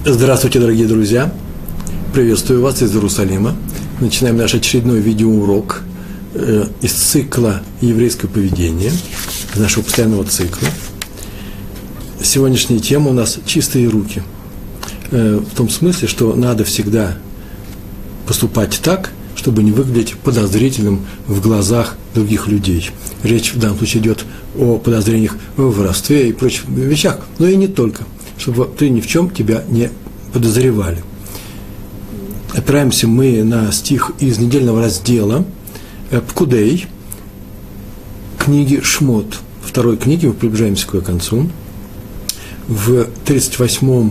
Здравствуйте, дорогие друзья! Приветствую вас из Иерусалима. Начинаем наш очередной видеоурок из цикла «Еврейское поведение», из нашего постоянного цикла. Сегодняшняя тема у нас «Чистые руки». В том смысле, что надо всегда поступать так, чтобы не выглядеть подозрительным в глазах других людей. Речь в данном случае идет о подозрениях в воровстве и прочих вещах, но и не только, чтобы ты ни в чем тебя не подозревали. Опираемся мы на стих из недельного раздела Пкудей, книги Шмот, второй книги, мы приближаемся к концу, в 38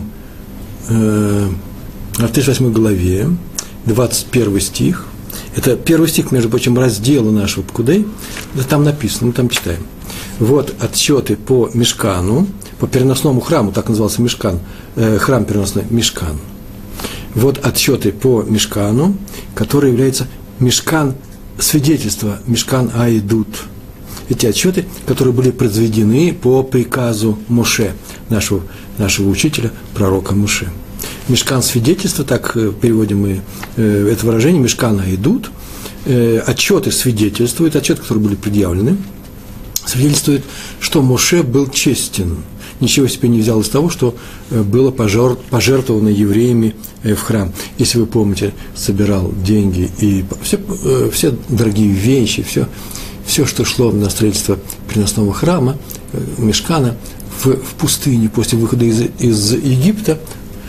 главе, 21 стих. Это первый стих, между прочим, раздела нашего Пкудей. Это там написано, мы там читаем. Вот отсчеты по Мишкану, по переносному храму, так назывался Мишкан, храм переносной Мишкан. Вот отсчеты по Мишкану, который является Мишкан свидетельства, Мишкан Аидут. Эти отсчеты, которые были произведены по приказу Моше, нашего учителя, пророка Моше. Мишкан свидетельства, так переводим мы это выражение, Мишкан Аидут, отчеты свидетельствуют, отчеты, которые были предъявлены, свидетельствует, что Моше был честен, ничего себе не взял из того, что было пожертвовано евреями в храм. Если вы помните, собирал деньги и все дорогие вещи, все, что шло на строительство переносного храма, Мишкана, в пустыне после выхода из Египта,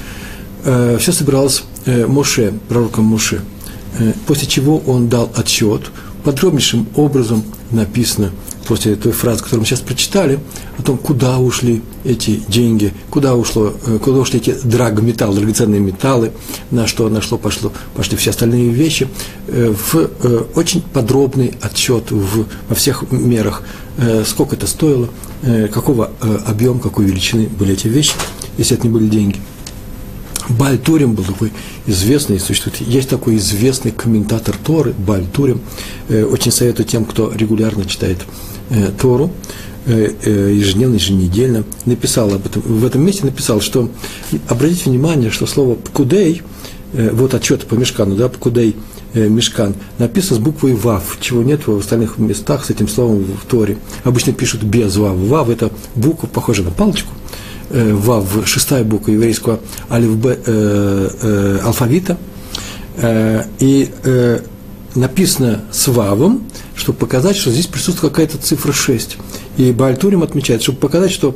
все собиралось Моше, пророком Моше, после чего он дал отчет, подробнейшим образом написано, после той фразы, которую мы сейчас прочитали, о том, куда ушли эти деньги, куда ушли эти драгоценные металлы, на что пошли все остальные вещи, в очень подробный отчет во всех мерах, сколько это стоило, какого объема, какой величины были эти вещи, если это не были деньги. Бааль Турим был такой известный, есть такой известный комментатор Торы, Бааль Турим. Очень советую тем, кто регулярно читает Тору, ежедневно, еженедельно, написал об этом, в этом месте написал, что, обратите внимание, что слово «пкудей», вот отчет по Мишкану, да, «пкудей», Мишкан, написано с буквой «вав», чего нет в остальных местах с этим словом в Торе. Обычно пишут без «вав». «Вав» – это буква, похожа на палочку, «вав» – шестая буква еврейского алфавита, и написано с «вавом», чтобы показать, что здесь присутствует какая-то цифра 6. И Бааль Турим отмечает, чтобы показать, что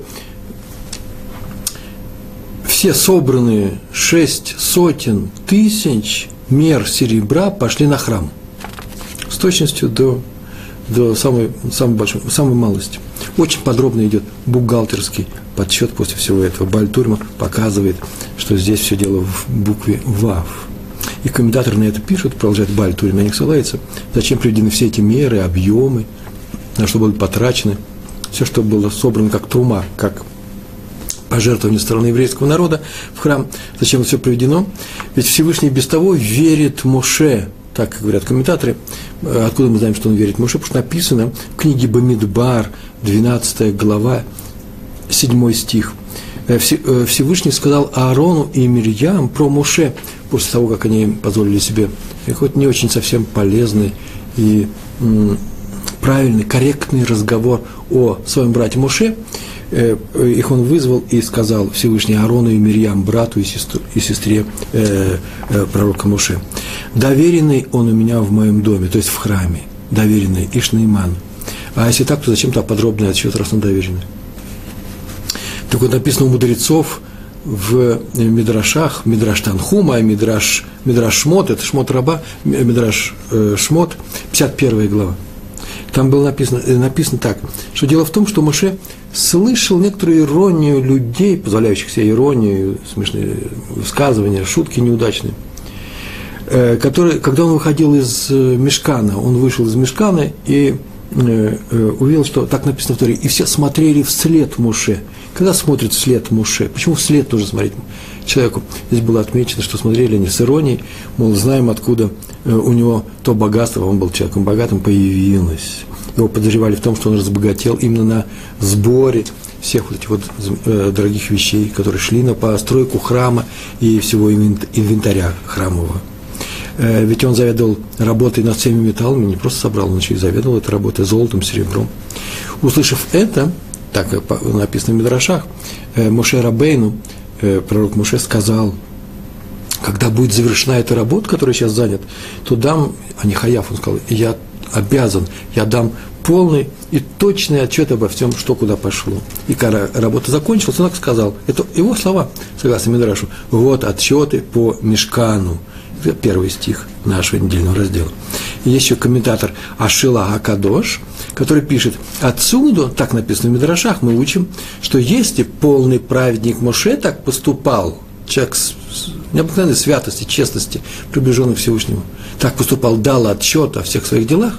все собранные 600 000 мер серебра пошли на храм с точностью до самой малости. Очень подробно идет бухгалтерский подсчет после всего этого. Бааль Турим показывает, что здесь все дело в букве «вав». И комментаторы на это пишут, продолжает Бааль Турим, на них ссылается, зачем приведены все эти меры, объемы, на что были потрачены, все, что было собрано как трума, как пожертвование стороны еврейского народа в храм, зачем все приведено? Ведь Всевышний без того верит Моше, так говорят комментаторы. Откуда мы знаем, что он верит Моше? Потому что написано в книге Бамидбар, 12 глава, 7 стих. Всевышний сказал Аарону и Мирьям про Моше, после того, как они позволили себе, хоть не очень совсем полезный и правильный, корректный разговор о своем брате Моше, их он вызвал и сказал Всевышний Аарону и Мирьям, брату и сестре пророка Моше: доверенный он у меня в моем доме, то есть в храме, доверенный Иш Нейман. А если так, то зачем там подробный отчет, раз он доверенный? Так вот, написано у мудрецов в Мидрашах, Мидраш Танхума и Мидраш Шмот, это Шмот Раба, Мидраш Шмот, 51 глава. Там было написано так, что дело в том, что Моше слышал некоторую иронию людей, позволяющих себе иронию, смешные высказывания, шутки неудачные, которые, когда он выходил из Мишкана, он вышел из Мишкана и увидел, что так написано в Торе, и все смотрели вслед Моше. Когда смотрят вслед Моше, почему вслед нужно смотреть человеку? Здесь было отмечено, что смотрели они с иронией, мол, знаем, откуда у него то богатство, он был человеком богатым, появилось. Его подозревали в том, что он разбогател именно на сборе всех вот этих вот дорогих вещей, которые шли на постройку храма и всего инвентаря храмового. Ведь он заведовал работой над всеми металлами, не просто собрал, он еще и заведовал этой работой золотом, серебром. Услышав это, так как написано в Мидрашах, Моше Рабейну, пророк Моше, сказал: когда будет завершена эта работа, которая сейчас занят, то дам, а не Хаяв, он сказал, я обязан, я дам полный и точный отчет обо всем, что куда пошло. И когда работа закончилась, он так сказал, это его слова, согласно Мидрашу, вот отчеты по Мишкану. Это первый стих нашего недельного раздела. И есть еще комментатор Ашила Акадош, который пишет: отсюда, так написано в Мидрашах, мы учим, что если полный праведник Моше так поступал, человек с необыкновенной святости, честности, приближенный к Всевышнему, так поступал, дал отчет о всех своих делах,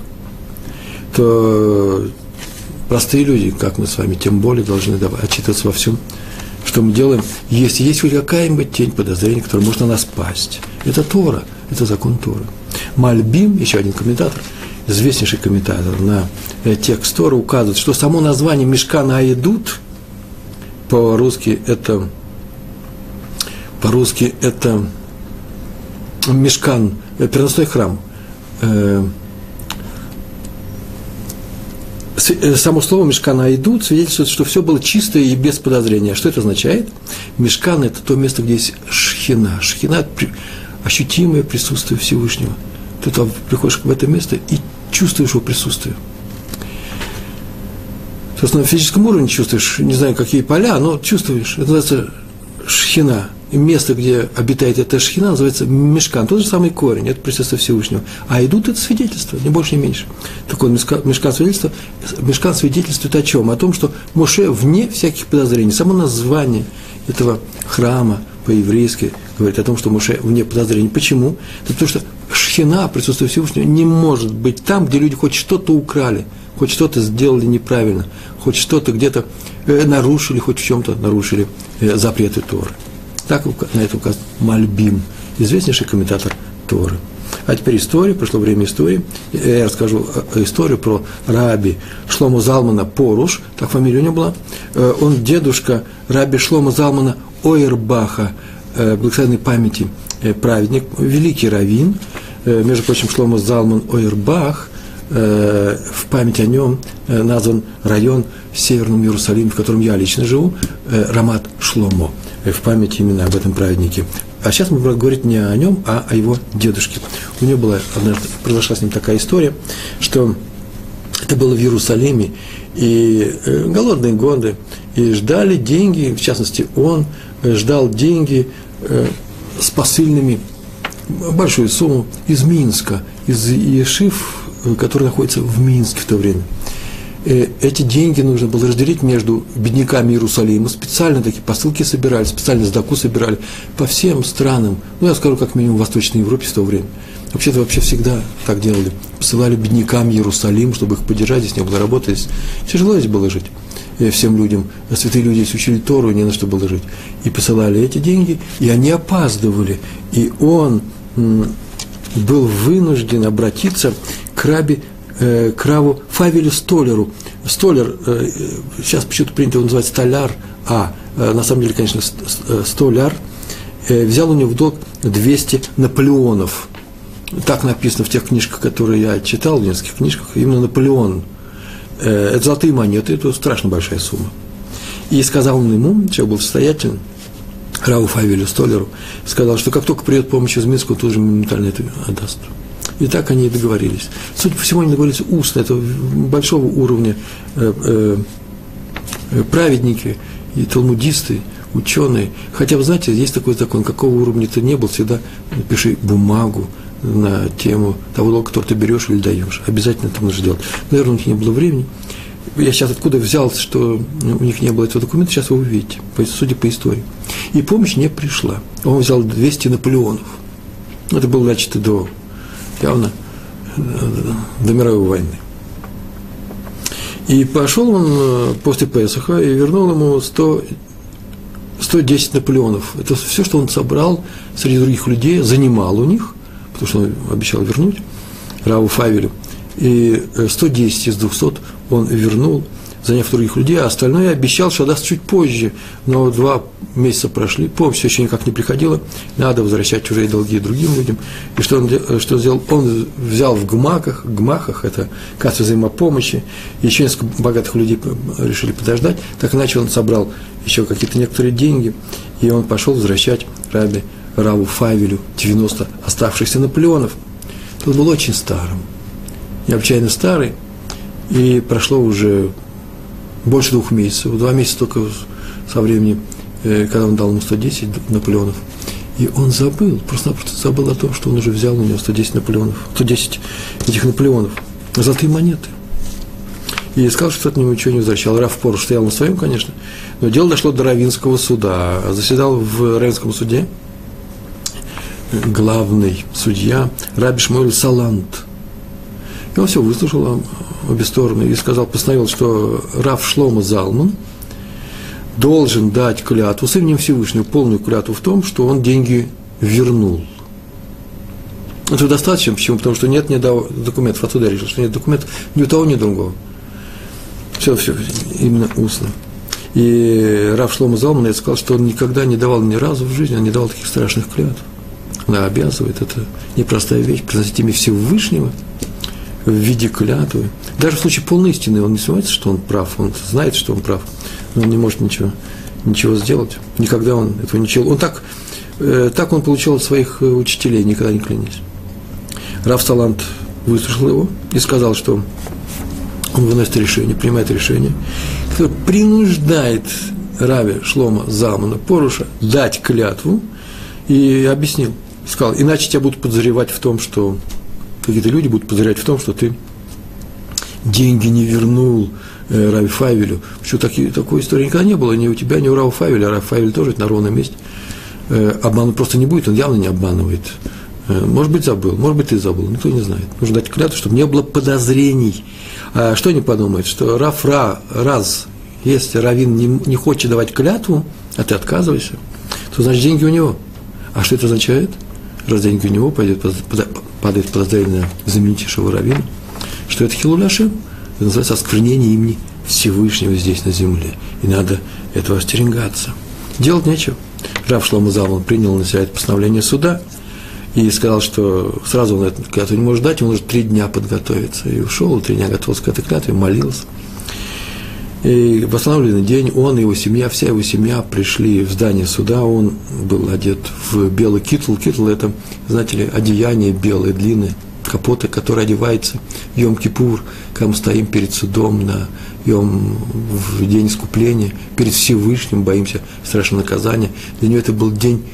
то простые люди, как мы с вами, тем более должны отчитываться во всем, что мы делаем, если есть хоть какая-нибудь тень подозрения, которая может на нас пасть. Это Тора, это закон Торы. Мальбим, еще один комментатор, известнейший комментатор на текст Торы, указывает, что само название Мишкана Аидут по-русски это Мишкан, переносной храм. Само слово «мишкан аидут» свидетельствует, что все было чистое и без подозрения. Что это означает? Мишкан – это то место, где есть шхина. Шхина – это ощутимое присутствие Всевышнего. Ты там приходишь в это место и чувствуешь его присутствие. Собственно, на физическом уровне чувствуешь, не знаю, какие поля, но чувствуешь. Это называется шхина. И место, где обитает эта шхина, называется мишкан. Тот же самый корень, это присутствие Всевышнего. А идут это свидетельство, ни больше, ни меньше. Такое мишкан свидетельствует о чем? О том, что Моше вне всяких подозрений. Само название этого храма по-еврейски говорит о том, что Моше вне подозрений. Почему? Это потому что шхина, присутствие Всевышнего, не может быть там, где люди хоть что-то украли, хоть что-то сделали неправильно, хоть что-то где-то нарушили, хоть в чем-то нарушили запреты Торы. Так на это указан Мальбим, известнейший комментатор Торы. А теперь история, пришло время истории. Я расскажу историю про раби Шломо Залмана Поруш, так фамилия у него была. Он дедушка раби Шломо Залмана Ойербаха, благословенной памяти праведник, великий раввин. Между прочим, Шломо Залман Ойербах, в память о нем назван район в Северном Иерусалиме, в котором я лично живу, Рамат Шломо, в память именно об этом праведнике. А сейчас мы будем говорить не о нем, а о его дедушке. У него была однажды, произошла с ним такая история, что это было в Иерусалиме, и голодные годы, и ждали деньги, в частности, он ждал деньги с посыльными, большую сумму, из Минска, из Ешив, который находится в Минске в то время. Эти деньги нужно было разделить между бедняками Иерусалима. Специально такие посылки собирали, специально сдаку собирали по всем странам. Ну, я скажу, как минимум, в Восточной Европе в то время. Вообще-то вообще всегда так делали. Посылали беднякам Иерусалим, чтобы их поддержать, здесь не было работы. Здесь тяжело здесь было жить всем людям. Святые люди здесь учили Тору, и не на что было жить. И посылали эти деньги, и они опаздывали. И он был вынужден обратиться к раву Фавелю Столяру. Столер, сейчас почему-то принято его называть столяр, на самом деле, конечно, столяр, взял у него в долг 200 Наполеонов. Так написано в тех книжках, которые я читал, в нескольких книжках, именно Наполеон. Это золотые монеты, это страшно большая сумма. И сказал он ему, человек был состоятельный, раву Фавелю Столяру, сказал, что как только придет помощь из Минска, он тоже моментально это отдаст. И так они и договорились. Судя по всему, они договорились устно, это большого уровня праведники и талмудисты, ученые. Хотя, вы знаете, есть такой закон, какого уровня ты не был, всегда пиши бумагу на тему того долга, который ты берешь или даешь. Обязательно это нужно делать. Наверное, у них не было времени. Я сейчас откуда взял, что у них не было этого документа, сейчас вы увидите, судя по истории. И помощь не пришла. Он взял 200 Наполеонов. Это было, значит, явно до мировой войны. И пошел он после Песаха и вернул ему 110 Наполеонов. Это все, что он собрал среди других людей, занимал у них, потому что он обещал вернуть раву Фавелю. И 110 из 200 он вернул заняв других людей, а остальное обещал, что даст чуть позже. Но 2 месяца прошли, помощь все еще никак не приходила, надо возвращать чужие долги другим людям. И что он сделал? Он взял в гмахах, это касса взаимопомощи, еще несколько богатых людей решили подождать, так иначе он собрал еще какие-то некоторые деньги, и он пошел возвращать Раву Фавелю 90 оставшихся Наполеонов. Тот был очень старым, необычайно старый, и прошло уже больше 2 месяцев, 2 месяца только со времени, когда он дал ему 110 Наполеонов. И он забыл, просто-напросто забыл о том, что он уже взял у него 110 этих Наполеонов, золотые монеты. И сказал, что от него ничего не возвращал. Рав Поруш стоял на своем, конечно, но дело дошло до Равинского суда. Заседал в Равинском суде главный судья Раби Шмуэль Салант. И он все выслушал обе стороны и постановил, что Рав Шломо Залман должен дать клятву с именем Всевышнего, полную клятву в том, что он деньги вернул. Это достаточно, почему? Потому что нет документов, отсюда я решил, что нет документов ни у того, ни у другого. Все, именно устно. И Рав Шломо Залман сказал, что он никогда не давал ни разу в жизни, он не давал таких страшных клятв. Она обязывает, это непростая вещь, произносить имя Всевышнего в виде клятвы. Даже в случае полной истины он не сомневается, что он прав, он знает, что он прав, но он не может ничего сделать. Никогда он этого не делал. Так он получил от своих учителей, никогда не клянись. Рав Салант выслушал его и сказал, что он выносит решение, принимает решение, которое принуждает Рави Шломо Залмана Поруша дать клятву, и объяснил, сказал, иначе тебя будут подозревать в том, что какие-то люди будут подозревать в том, что ты деньги не вернул Рави Фавелю. Почему такой истории никогда не было, ни у тебя, ни у Рава Фавеля, а Рав Фавель тоже на ровном месте. Обман просто не будет, он явно не обманывает. Может быть, забыл, может быть, ты забыл, никто не знает. Нужно дать клятву, чтобы не было подозрений. А что они подумают? Что раз, если раввин не хочет давать клятву, а ты отказываешься, то значит деньги у него. А что это означает? Раз деньги у него, падает подозрение на знаменитейшего раввина, что это хилуль Ашем, это называется осквернение имени Всевышнего здесь на земле. И надо этого остерегаться. Делать нечего. Рав Шломо Залман принял на себя это постановление суда и сказал, что сразу он эту клятву не может дать, он может 3 дня подготовиться. И ушел, 3 дня готовился к этой клятве, молился. И в восстановленный день он и его семья, вся его семья пришли в здание суда, он был одет в белый китл. Китл – это, знаете ли, одеяние белое, длинное, капоты, которое одевается в Йом-Кипур, когда мы стоим перед судом в день искупления, перед Всевышним, боимся страшного наказания. Для него это был день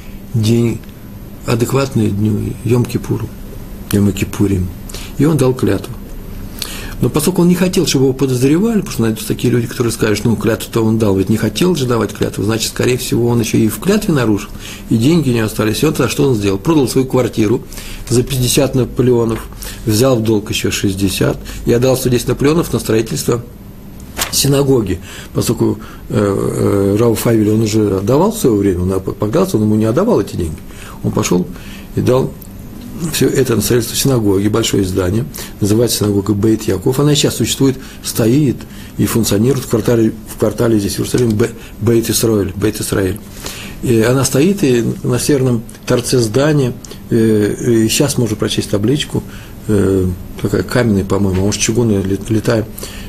адекватный дню Йом-Кипуру, Йом-Кипурим. И он дал клятву. Но поскольку он не хотел, чтобы его подозревали, потому что найдутся такие люди, которые скажут, клятву-то он дал, ведь не хотел же давать клятву, значит, скорее всего, он еще и в клятве нарушил, и деньги не остались. И он тогда что он сделал? Продал свою квартиру за 50 Наполеонов, взял в долг еще 60 и отдал 110 Наполеонов на строительство синагоги, поскольку Рав Фавель, он уже отдавал в свое время, он погнался, он ему не отдавал эти деньги. Он пошел и дал все это на строительство синагоги, большое здание, называется синагога Бейт Яков. Она сейчас существует, стоит и функционирует в квартале здесь, в Иерусалиме, Бейт Исраэль. И она стоит и на северном торце здания, и сейчас можно прочесть табличку, такая каменная, по-моему, а может, чугунная, летая,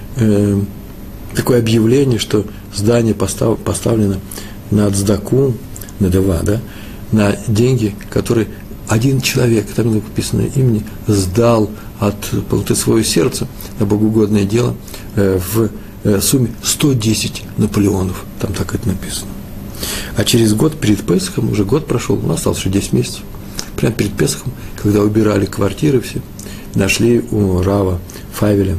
такое объявление, что здание поставлено на цдаку, на дева, да, на деньги, которые один человек, там написано имени, сдал от полноты своего сердца на богоугодное дело в сумме 110 Наполеонов. Там так это написано. А через год, перед Песахом, уже год прошел, у нас осталось еще 10 месяцев, прямо перед Песахом, когда убирали квартиры все, нашли у Рава Фавеля,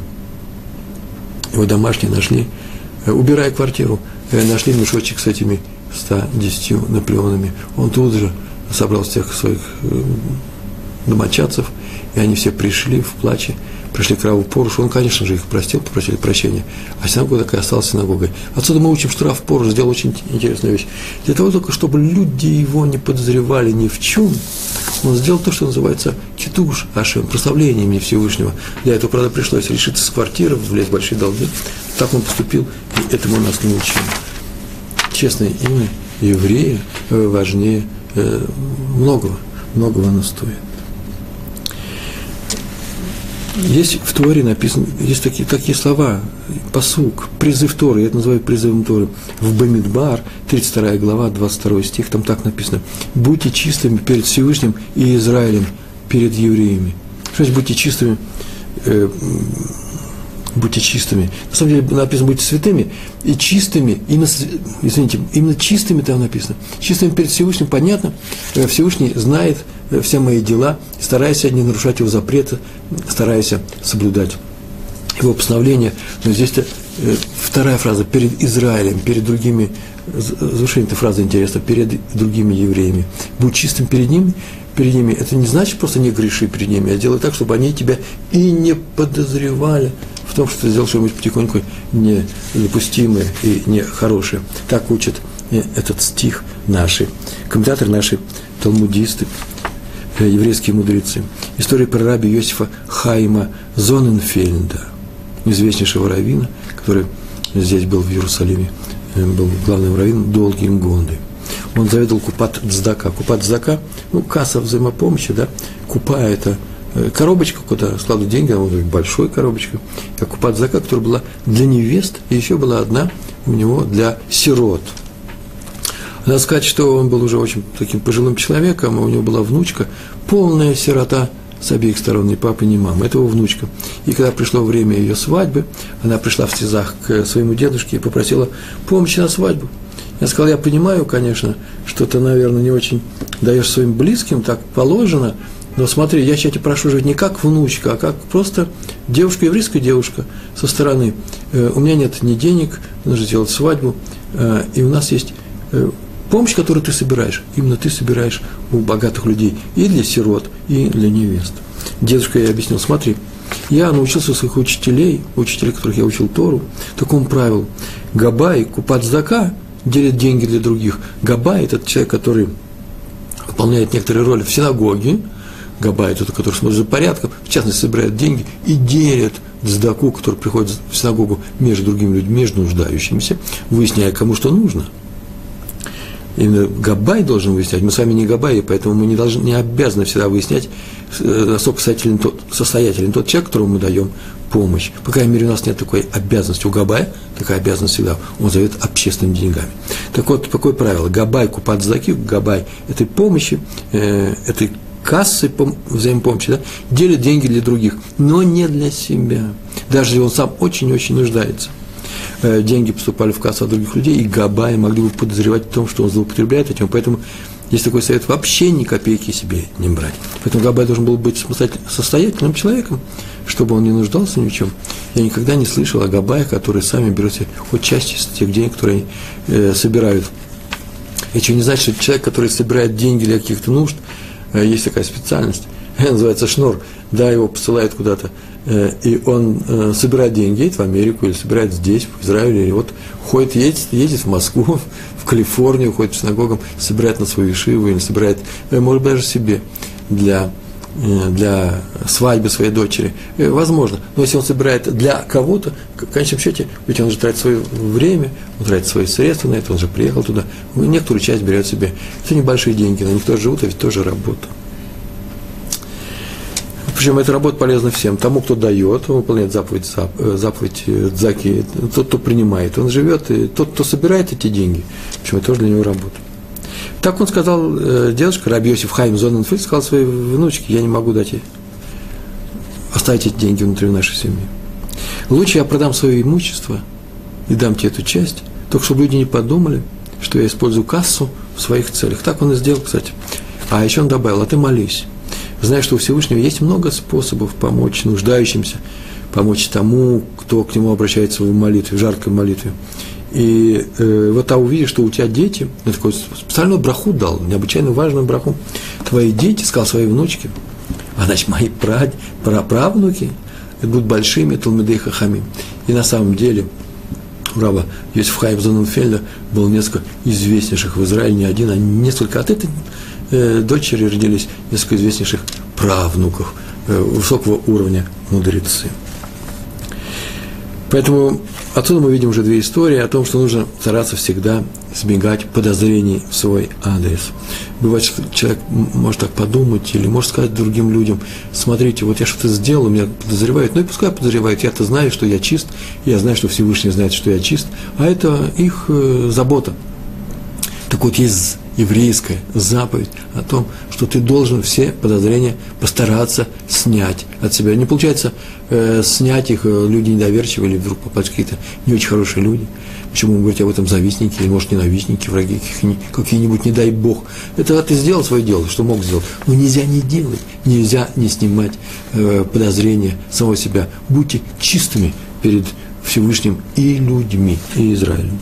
его домашние нашли, убирая квартиру, нашли мешочек с этими 110 Наполеонами. Он тут же собрал всех своих домочадцев, и они все пришли в плаче, пришли к Раву Порушу. Он, конечно же, их простил, попросили прощения, а синагога такая осталась синагогой. Отсюда мы учим, что Рав Поруш сделал очень интересную вещь. Для того только, чтобы люди его не подозревали ни в чем, Он сделал то, что называется кидуш Ашем, прославление имени Всевышнего. Для этого, правда, пришлось решиться с квартиры, влезть в большие долги. Так он поступил, и этому нас научил. Честное имя еврея важнее многого оно стоит. Есть в Торе написано, есть такие слова, пасук, призыв Торы, я это называю призывом Торы, в Бамидбар, 32 глава, 22 стих, там так написано: «Будьте чистыми перед Всевышним и Израилем, перед евреями». Что значит «будьте чистыми»? Будьте чистыми. На самом деле написано «будьте святыми» и чистыми, именно чистыми там написано. Чистыми перед Всевышним, понятно, Всевышний знает все мои дела, старайся не нарушать его запреты, старайся соблюдать его постановления. Но здесь-то вторая фраза: перед Израилем, перед другими, завершение этой фразы интересно, перед другими евреями. Будь чистым перед ними, это не значит просто не греши перед ними, а делай так, чтобы они тебя и не подозревали в том, что ты сделал что-нибудь потихоньку недопустимое и нехорошее. Так учат этот стих наши комментаторы, наши талмудисты, еврейские мудрецы. История про раби Йосифа Хаима Зоненфельда, известнейшего раввина, который здесь был в Иерусалиме, был главным раввином долгие годы. Он заведовал купат цдака. Купат цдака, касса взаимопомощи, да, купа – это коробочка, куда складывают деньги, она была большой коробочкой, а купат цдака, которая была для невест, и еще была одна у него для сирот. Надо сказать, что он был уже очень таким пожилым человеком, а у него была внучка, полная сирота с обеих сторон, ни папы, ни мамы, это его внучка. И когда пришло время ее свадьбы, она пришла в слезах к своему дедушке и попросила помощи на свадьбу. Я сказал: я понимаю, конечно, что ты, наверное, не очень даешь своим близким, так положено, но смотри, я тебя прошу жить не как внучка, а как просто девушка, еврейская девушка со стороны. У меня нет ни денег, нужно сделать свадьбу, и у нас есть помощь, которую ты собираешь, именно ты собираешь у богатых людей, и для сирот, и для невест. Дедушка ей объяснил: смотри, я научился у своих учителей, которых я учил Тору, такому правилу: габай, купат цдака делит деньги для других. Габай – это человек, который выполняет некоторые роли в синагоге. Габай – это тот, который смотрит за порядком, в частности, собирает деньги и делит цдаку, который приходит в синагогу, между другими людьми, между нуждающимися, выясняя, кому что нужно. Именно габай должен выяснять. Мы с вами не габаи, поэтому мы не обязаны всегда выяснять, насколько состоятелен тот человек, которому мы даем помощь. По крайней мере, у нас нет такой обязанности. У габая такая обязанность всегда. Он зовет общественными деньгами. Так вот, какое правило? Габай, купат цдаки, габай этой помощи, этой кассы взаимопомощи, да, делит деньги для других, но не для себя. Даже если он сам очень-очень нуждается. Деньги поступали в кассу от других людей, и габаи могли бы подозревать в том, что он злоупотребляет этим. Поэтому есть такой совет: вообще ни копейки себе не брать. Поэтому габай должен был быть состоятельным человеком, чтобы он не нуждался ни в чем. Я никогда не слышал о габаях, которые сами берут себе хоть часть из тех денег, которые они собирают. Это не значит, что человек, который собирает деньги для каких-то нужд, есть такая специальность, называется шнур, да, его посылают куда-то, и он собирает деньги, едет в Америку, или собирает здесь, в Израиле, или вот ходит, едет в Москву, в Калифорнию, ходит по синагогам, собирает на свою ешиву, или собирает, может быть, даже себе для свадьбы своей дочери, возможно. Но если он собирает для кого-то, в конечном счете, ведь он же тратит свое время, он тратит свои средства на это, он же приехал туда, некоторую часть берет себе. Это небольшие деньги, на них тоже живут, а ведь тоже работа. Причем эта работа полезна всем. Тому, кто дает, он выполняет заповедь дзаки, тот, кто принимает, он живет, и тот, кто собирает эти деньги, причем это тоже для него работа. Так он сказал, дедушка, раби Йосиф Хаим Зоненфельд, сказал своей внучке: я не могу оставить эти деньги внутри нашей семьи. Лучше я продам свое имущество и дам тебе эту часть, только чтобы люди не подумали, что я использую кассу в своих целях. Так он и сделал, кстати. А еще он добавил: а ты молись. Знаешь, что у Всевышнего есть много способов помочь нуждающимся, помочь тому, кто к нему обращается в молитве, в жаркой молитве. И вот там увидишь, что у тебя дети, я такой специальную браху дал, необычайно важную браху. Твои дети, сказал своей внучке, а значит, мои праправнуки, это будут большими талмидей хахамим. И на самом деле у раба Йосифа Хаима Зоненфельда было несколько известнейших в Израиле, не один, а несколько. От этой дочери родились несколько известнейших правнуков, высокого уровня мудрецы. Поэтому отсюда мы видим уже две истории о том, что нужно стараться всегда избегать подозрений в свой адрес. Бывает, что человек может так подумать или может сказать другим людям: смотрите, вот я что-то сделал, меня подозревают, ну и пускай подозревают, я-то знаю, что я чист, я знаю, что Всевышний знает, что я чист, а это их забота. Так вот, есть еврейская заповедь о том, что ты должен все подозрения постараться снять от себя. Не получается снять их, люди недоверчивые, или вдруг попадут какие-то не очень хорошие люди. Почему вы говорите об этом завистники, или, может, ненавистники, враги какие-нибудь, не дай Бог. Это ты сделал свое дело, что мог сделать. Но нельзя не делать, нельзя не снимать подозрения самого себя. Будьте чистыми перед Всевышним и людьми, и Израилем.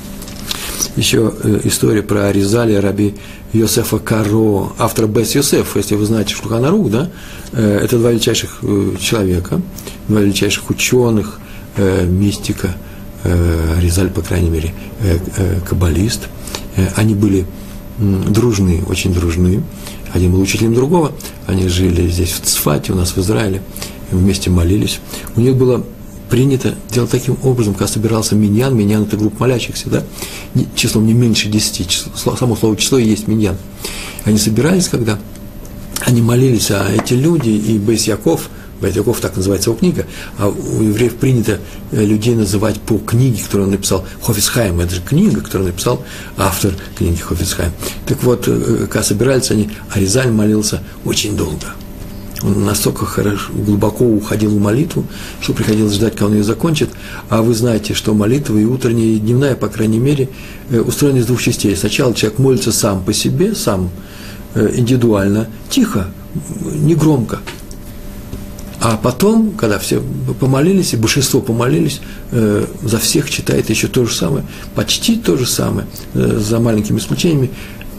Еще история про Аризаля, раби Йосефа Каро, автора Бес Йосеф, если вы знаете Шулхан Арух, да, это два величайших человека, два величайших ученых, мистика, Аризаль, по крайней мере, каббалист. Они были дружны, очень дружны. Один был учителем другого, они жили здесь, в Цфате, у нас в Израиле, вместе молились. У них было принято делать таким образом, когда собирался миньян, это группа молящихся, да, числом не меньше 10, само слово число и есть миньян. Они собирались, когда они молились, а эти люди, и Бейс Яков, так называется его книга, а у евреев принято людей называть по книге, которую он написал, Хофец Хаим, это же книга, которую написал автор книги Хофец Хаим. Так вот, когда собирались они, Аризаль молился очень долго. Он настолько глубоко уходил в молитву, что приходилось ждать, когда он ее закончит. А вы знаете, что молитва и утренняя, и дневная, по крайней мере, устроены из двух частей. Сначала человек молится сам по себе, сам индивидуально, тихо, негромко. А потом, когда все помолились, и большинство помолились, за всех читает еще то же самое, почти то же самое, за маленькими исключениями.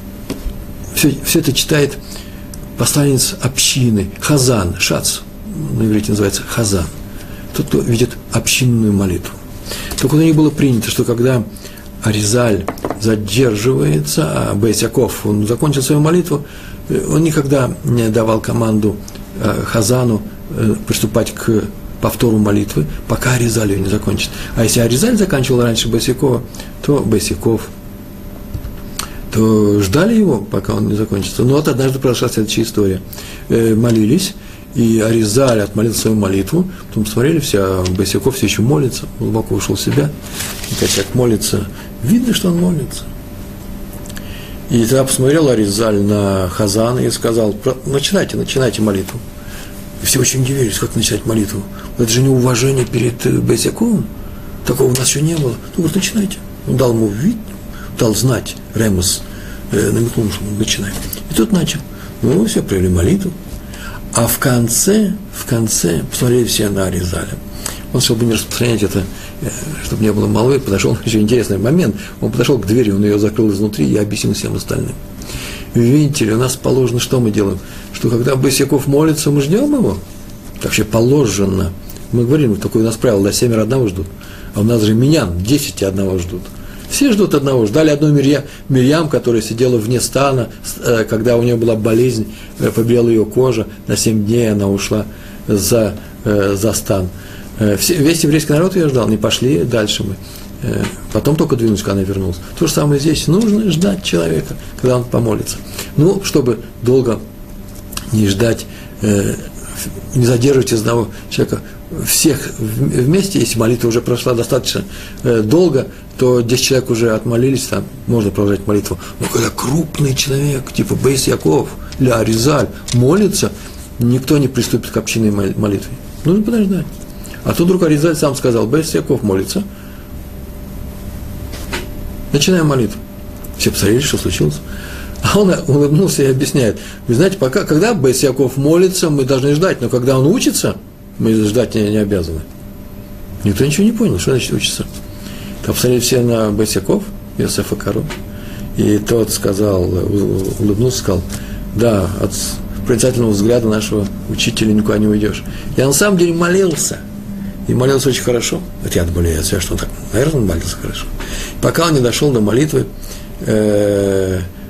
Все это читает посланец общины, хазан, шац, на иврите называется хазан, тот, кто ведет общинную молитву. Только у них было принято, что когда Аризаль задерживается, а Бейс Яков, он закончил свою молитву, он никогда не давал команду хазану приступать к повтору молитвы, пока Аризаль ее не закончит. А если Аризаль заканчивал раньше Бейс Якова, то Бейс Яков, то ждали его, пока он не закончится. Но вот однажды произошла следующая история. Молились, и Аризаль отмолил свою молитву, потом посмотрели все, а Бейс Яков все еще молится, глубоко ушел в себя, и когда человек молится, видно, что он молится. И тогда посмотрел Аризаль на хазана и сказал: начинайте молитву. И все очень удивились, как начинать молитву. Это же неуважение перед Бейс Яковом, такого у нас еще не было. Ну, говорит, начинайте. Он дал ему вид, дал знать, Ремос намекнул, что начинай. И тут начал. Ну, все, провели молитву. А в конце, посмотрели все на Аризаля. Он, чтобы не распространять это, чтобы не было молвы, подошел, еще интересный момент, он подошел к двери, он ее закрыл изнутри и объяснил всем остальным. Видите ли, у нас положено, что мы делаем? Что когда Бейс Яков молится, мы ждем его. Так вообще положено. Мы говорим, такое у нас правило, до 7 одного ждут. А у нас же миньян, 10 одного ждут. Все ждут одного. Ждали одну Мирьям, которая сидела вне стана, когда у нее была болезнь, побелела ее кожа, на 7 дней она ушла за стан. Весь еврейский народ ее ждал, не пошли дальше мы. Потом только двинулись, когда она вернулась. То же самое здесь. Нужно ждать человека, когда он помолится. Ну, чтобы долго не ждать, не задерживать из одного человека всех вместе, если молитва уже прошла достаточно долго, то 10 человек уже отмолились, там можно продолжать молитву. Но когда крупный человек, типа Бейс Яков или Аризаль, молится, никто не приступит к общинной молитве. Нужно подождать. А тут вдруг Аризаль сам сказал: Бейс Яков молится. Начинаем молитву. Все посмотрели, что случилось. А он улыбнулся и объясняет: вы знаете, когда Бейс Яков молится, мы должны ждать, но когда он учится, мы ждать не обязаны. Никто ничего не понял, что значит учиться. Там посмотрели все на Бейс Яков, Йосефа Каро, и тот сказал, улыбнулся, сказал: да, от проницательного взгляда нашего учителя никуда не уйдешь. Я на самом деле молился. И молился очень хорошо. Вот я болею от себя, что он так, наверное, он молился хорошо. Пока он не дошел до молитвы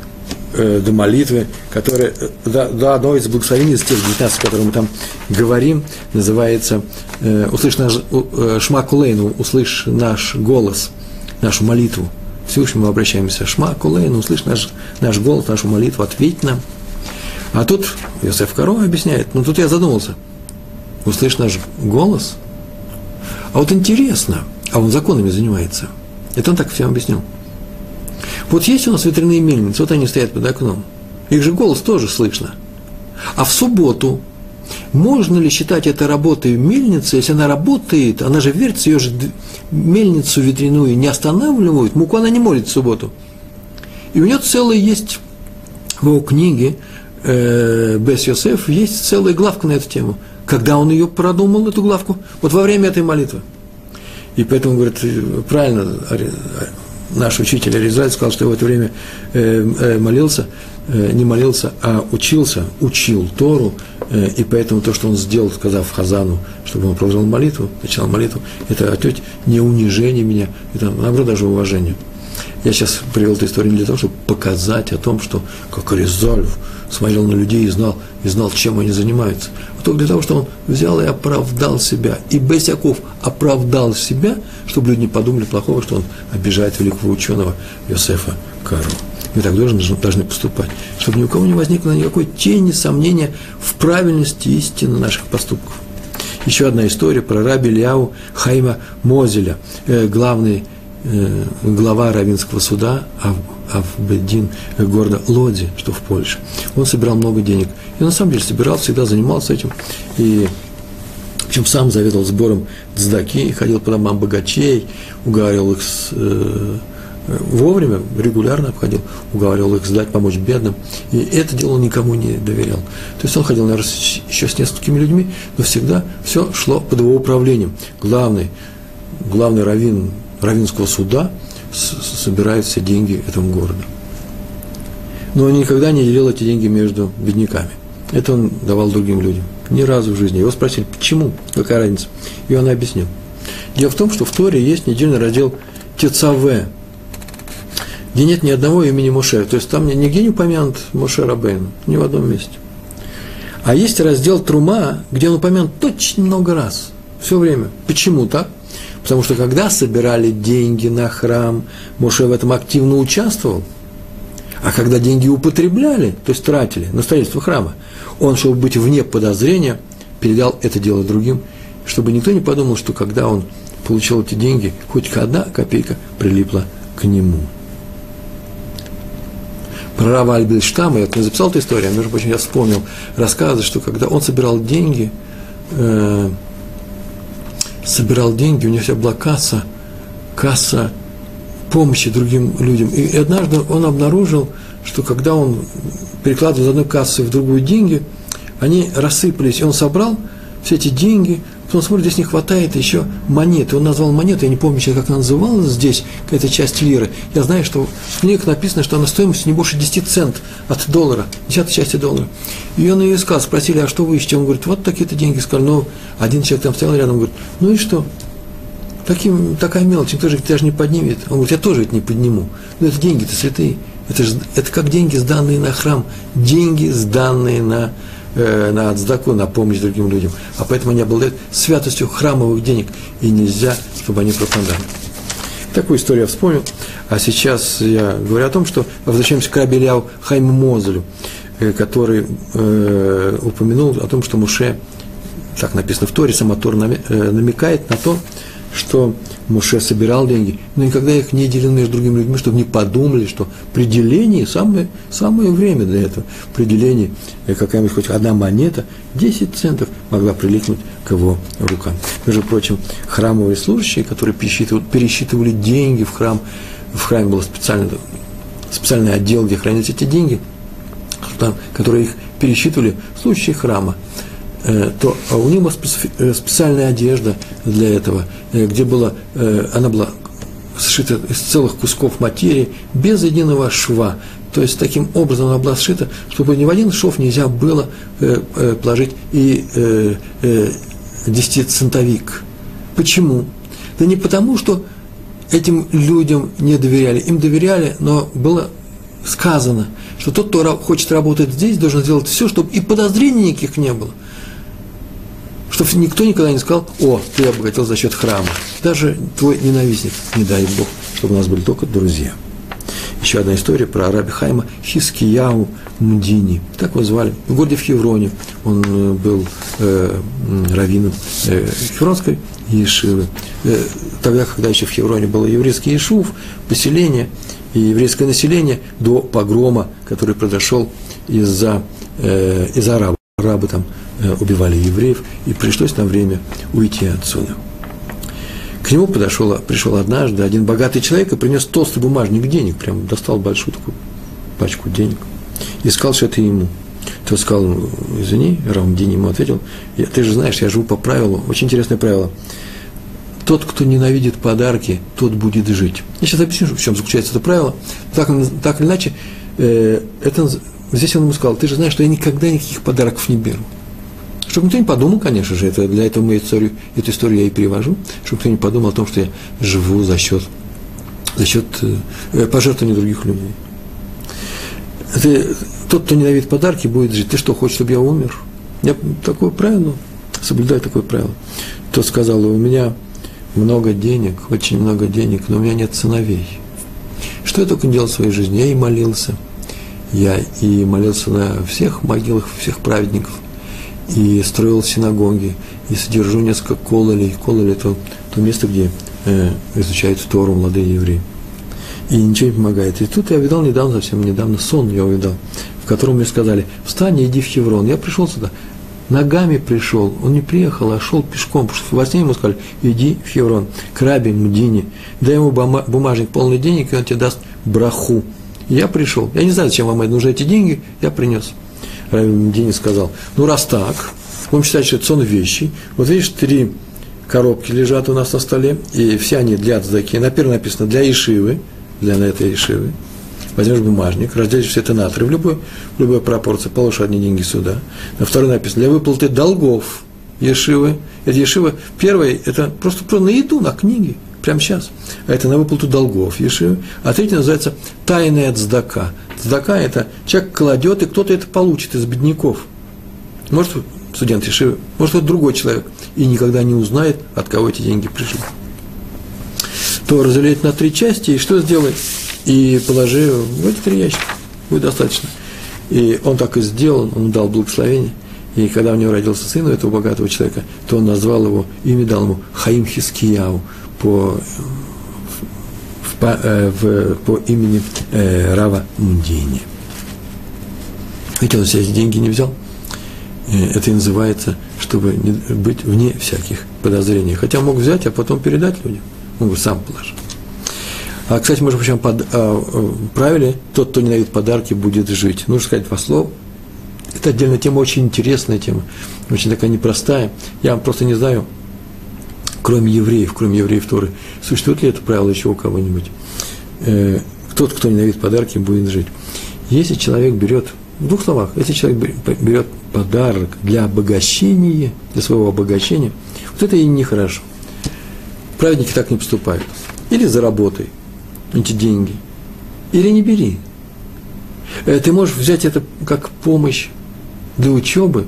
до молитвы, которая, до одной из благословений, из тех 19, о которых мы там говорим, называется «Услышь наш Шма Кулейну», «Услышь наш голос», нашу молитву. Всевышнему обращаемся. Шма Кулейну, услышь наш голос, нашу молитву, ответь нам. А тут Йосеф Каро объясняет, тут я задумался. Услышь наш голос? А вот интересно, а он законами занимается. Это он так всем объяснил. Вот есть у нас ветряные мельницы, вот они стоят под окном. Их же голос тоже слышно. А в субботу можно ли считать это работой мельницы, если она работает, она же вертится, ее же мельницу ветряную не останавливают, муку она не молит в субботу. И у нее целая есть в его книге Бес Йосеф, есть целая главка на эту тему. Когда он ее продумал, эту главку? Вот во время этой молитвы. И поэтому, говорит, правильно наш учитель Аризаль сказал, что в это время молился, не молился, а учил Тору, и поэтому то, что он сделал, сказав Хазану, чтобы он продолжал молитву, начал молитву, это отнюдь не унижение меня, это, наоборот, даже уважение. Я сейчас привел эту историю не для того, чтобы показать о том, что как Аризаль смотрел на людей и знал, чем они занимаются, а только для того, что он взял и оправдал себя. И Бесяков оправдал себя, чтобы люди не подумали плохого, что он обижает великого ученого Йосефа Каро. Мы так должны поступать, чтобы ни у кого не возникло никакой тени сомнения в правильности истины наших поступков. Еще одна история про раби Ильяу Хаима Мозеля, глава раввинского суда Авбедин города Лодзи, что в Польше. Он собирал много денег. И на самом деле собирал, всегда занимался этим. И причем сам заведовал сбором цдаки, ходил по домам богачей, уговаривал их вовремя, регулярно обходил, уговаривал их сдать, помочь бедным. И это дело он никому не доверял. То есть он ходил, наверное, еще с несколькими людьми, но всегда все шло под его управлением. Главный раввин раввинского суда собирает все деньги этого города. Но он никогда не делил эти деньги между бедняками. Это он давал другим людям. Ни разу в жизни. Его спросили, почему, какая разница? И он объяснил. Дело в том, что в Торе есть недельный раздел Тецаве, где нет ни одного имени Моше. То есть там нигде не упомянут Моше Рабейну, ни в одном месте. А есть раздел Трума, где он упомянут очень много раз, все время. Почему так? Потому что когда собирали деньги на храм, Моше в этом активно участвовал. А когда деньги употребляли, то есть тратили на строительство храма, он, чтобы быть вне подозрения, передал это дело другим, чтобы никто не подумал, что когда он получил эти деньги, хоть одна копейка прилипла к нему. Про Рава Альбельштама, я не записал эту историю, а между прочим, я вспомнил рассказы, что когда он собирал деньги, у него вся была касса помощи другим людям. И однажды он обнаружил, что когда он перекладывал из одной кассы в другую деньги, они рассыпались, и он собрал все эти деньги, потом смотрит, здесь не хватает еще монеты. Он назвал монету, я не помню сейчас, как она называлась здесь, какая-то часть лиры. Я знаю, что в книгах написано, что она стоимость не больше 10 центов от доллара, 10 части доллара. И он ее искал, спросили, а что вы ищете? Он говорит, вот такие-то деньги. Сказали, ну, один человек там стоял рядом, говорит, ну и что? Такая мелочь, никто же даже не поднимет. Он говорит, я тоже это не подниму. Но это деньги-то святые. Это как деньги, сданные на храм, деньги, сданные на цдаку, на помощь другим людям. А поэтому они обладают святостью храмовых денег, и нельзя, чтобы они пропадали. Такую историю я вспомнил. А сейчас я говорю о том, что возвращаемся к раби Ильяу Хаиму Мозелю, который упомянул о том, что Моше, так написано в Торе, сама Тора намекает на то, что Моше собирал деньги, но никогда их не делил между другими людьми, чтобы не подумали, что при делении, самое время для этого, при делении какая-нибудь хоть одна монета, 10 центов могла прилипнуть к его рукам. Между прочим, храмовые служащие, которые пересчитывали деньги в храме был специальный отдел, где хранились эти деньги, которые их пересчитывали, служащие храма, то у них была специальная одежда для этого, где она была сшита из целых кусков материи, без единого шва. То есть, таким образом она была сшита, чтобы ни в один шов нельзя было положить и 10-центовик. Почему? Да не потому, что этим людям не доверяли. Им доверяли, но было сказано, что тот, кто хочет работать здесь, должен сделать все, чтобы и подозрений никаких не было. Чтобы никто никогда не сказал: о, ты обогател за счет храма. Даже твой ненавистник, не дай Бог, чтобы у нас были только друзья. Еще одна история про раби Хаима Хискияу Мдини. Так его звали. В городе в Хевроне. Он был раввином Хевронской ешивы. Тогда, когда еще в Хевроне был еврейский ешув, поселение и еврейское население, до погрома, который произошел из-за арабов. Арабы там убивали евреев, и пришлось на время уйти отсюда. К нему пришел однажды один богатый человек и принес толстый бумажник денег, прям достал большую такую пачку денег, и сказал, что это ему. Тот сказал: извини, рав Мдини ему ответил: ты же знаешь, я живу по правилу, очень интересное правило. Тот, кто ненавидит подарки, тот будет жить. Я сейчас объясню, в чем заключается это правило. Так или иначе, здесь он ему сказал: ты же знаешь, что я никогда никаких подарков не беру. Чтобы никто не подумал, конечно же, для этого мы эту историю я и перевожу, чтобы никто не подумал о том, что я живу за счет пожертвований других людей. Тот, кто ненавидит подарки, будет жить. Ты что, хочешь, чтобы я умер? Я такое правило, соблюдаю такое правило. Тот сказал: у меня много денег, очень много денег, но у меня нет сыновей. Что я только не делал в своей жизни? Я и молился. Я и молился на всех могилах всех праведников. И строил синагоги, и содержу несколько кололей. Кололь – это то место, где изучают Тору молодые евреи. И ничего не помогает. И тут я видал совсем недавно сон я увидал, в котором мне сказали: встань и иди в Хеврон. Я пришел сюда, ногами пришел, он не приехал, а шел пешком, потому что во сне ему сказали: иди в Хеврон, к раби Мдине, дай ему бумажник полный денег, и он тебе даст браху. И я пришел, я не знаю, зачем вам нужны эти деньги, я принес. Раби Мдини сказал: ну, раз так, будем считать, что это сон вещи. Вот видишь, 3 коробки лежат у нас на столе, и все они для цдаки. На первой написано для ешивы, для этой ешивы. Возьмешь бумажник, разделишь все это на 3 в любой пропорции, положишь одни деньги сюда. На второй написано для выплаты долгов ешивы. Это ешива, первая, это просто на еду, на книги, прямо сейчас. А это на выплату долгов ешивы. А третья называется тайная цдака. Цдака – это человек кладет, и кто-то это получит из бедняков. Может, студент ешивы, может, это другой человек, и никогда не узнает, от кого эти деньги пришли. То разделить на 3 части, и что сделай? И положи в эти 3 ящика, будет достаточно. И он так и сделал, он дал благословение. И когда у него родился сын, у этого богатого человека, то он назвал его, имя дал ему Хаим Хискияу по имени рава Мдини. Ведь он себе эти деньги не взял. Это и называется, чтобы быть вне всяких подозрений. Хотя мог взять, а потом передать людям. Он бы сам положил. А, кстати, мы же почему правиле: тот, кто ненавидит подарки, будет жить. Нужно сказать 2 слова. Это отдельная тема, очень интересная тема, очень такая непростая. Я просто не знаю, кроме евреев Торы, существует ли это правило еще у кого-нибудь. Тот, кто ненавидит подарки, будет жить. Если человек берет, в 2 словах, если человек берет подарок для обогащения, для своего обогащения, вот это и нехорошо. Праведники так не поступают. Или заработай эти деньги, или не бери. Ты можешь взять это как помощь для учебы,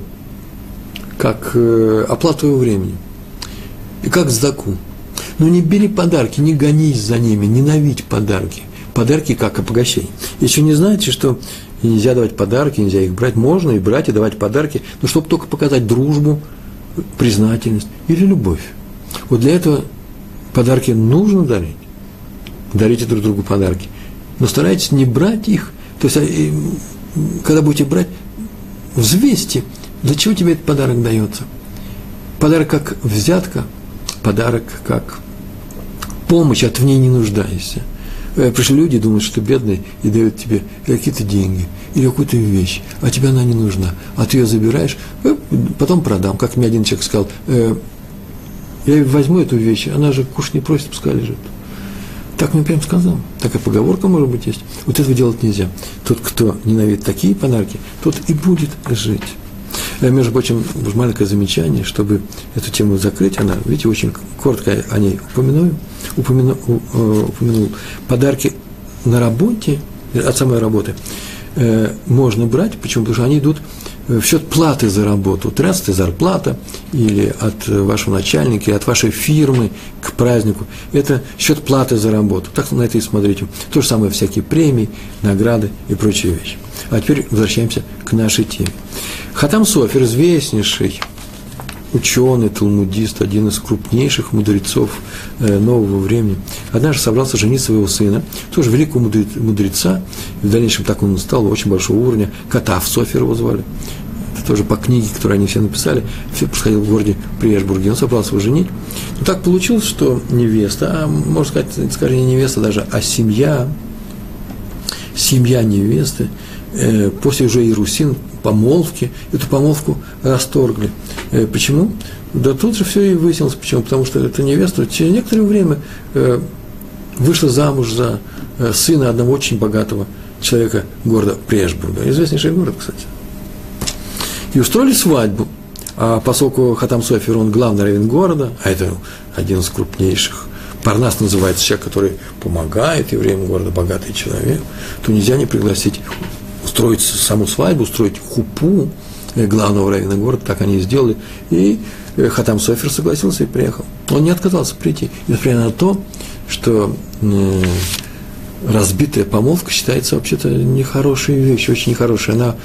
как оплату твоего времени, и как цдаку. Но не бери подарки, не гонись за ними, ненавидь подарки. Подарки как обогащение. Еще не знаете, что нельзя давать подарки, нельзя их брать. Можно и брать, и давать подарки, но чтобы только показать дружбу, признательность или любовь. Вот для этого подарки нужно дарить. Дарите друг другу подарки. Но старайтесь не брать их. То есть, когда будете брать, взвесьте, для чего тебе этот подарок дается. Подарок как взятка, подарок как помощь, а ты в ней не нуждаешься. Пришли люди, думают, что ты бедный, и дают тебе какие-то деньги или какую-то вещь, а тебе она не нужна. А ты ее забираешь, потом продам. Как мне один человек сказал: я возьму эту вещь, она же кушать не просит, пускай лежит. Так мне прям сказал. Такая поговорка, может быть, есть. Вот этого делать нельзя. Тот, кто ненавидит такие подарки, тот и будет жить. Между прочим, маленькое замечание, чтобы эту тему закрыть, она, видите, очень коротко о ней упомянул. Подарки на работе, от самой работы, можно брать. Почему? Потому что они идут в счет платы за работу. 13-я зарплата или от вашего начальника, или от вашей фирмы к празднику. Это счет платы за работу. Так на это и смотрите. То же самое всякие премии, награды и прочие вещи. А теперь возвращаемся к нашей теме. Хатам Софер, известнейший ученый, талмудист, один из крупнейших мудрецов нового времени, однажды собрался женить своего сына, тоже великого мудреца, в дальнейшем так он стал, очень большого уровня, Катав Софер его звали, это тоже по книге, которую они все написали, все происходило в городе Прежбурге, он собрался его женить, но так получилось, что невеста, можно сказать, скорее не невеста даже, а семья невесты, после уже Ирусин, помолвки, эту помолвку расторгли. Почему? Да тут же все и выяснилось. Почему? Потому что эта невеста через некоторое время вышла замуж за сына одного очень богатого человека города Прежбурга. Известнейший город, кстати. И устроили свадьбу. А поскольку Хатам Софер, он главный раввин города, а это один из крупнейших, Парнас называется человек, который помогает евреям города, богатый человек, то нельзя не пригласить устроить саму свадьбу, устроить хупу главного раввина города, так они и сделали. И Хатам Софер согласился и приехал. Он не отказался прийти, несмотря на то, что разбитая помолвка считается вообще-то нехорошей вещью, очень нехорошей. Она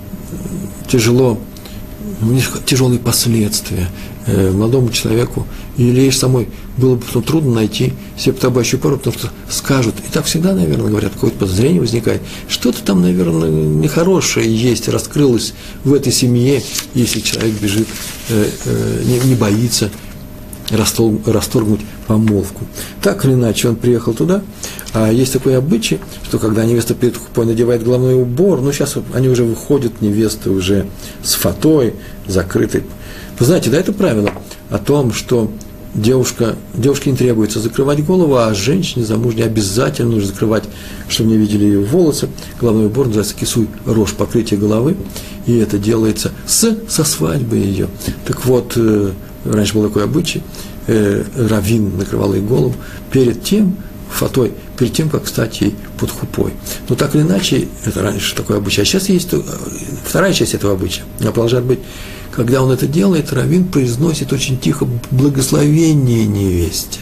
у них тяжелые последствия молодому человеку, и лишь самой было бы потом трудно найти себе подобающую пару, потому что скажут, и так всегда, наверное, говорят, какое-то подозрение возникает, что-то там, наверное, нехорошее есть, раскрылось в этой семье, если человек бежит, не боится расторгнуть помолвку. Так или иначе, он приехал туда, а есть такой обычай, что когда невеста перед хупой надевает головной убор, сейчас они уже выходят, невесты уже с фатой, закрытой. Вы знаете, да, это правило о том, что девушке не требуется закрывать голову, а женщине замужней обязательно нужно закрывать, чтобы не видели ее волосы. Головной убор называется кисуй рож, покрытие головы, и это делается со свадьбы ее. Так вот, раньше был такой обычай, раввин накрывал ей голову перед тем, фатой, перед тем, как встать ей под хупой. Но так или иначе, это раньше такой обычай. А сейчас есть вторая часть этого обычая. Она продолжает быть. Когда он это делает, раввин произносит очень тихо благословение невесте.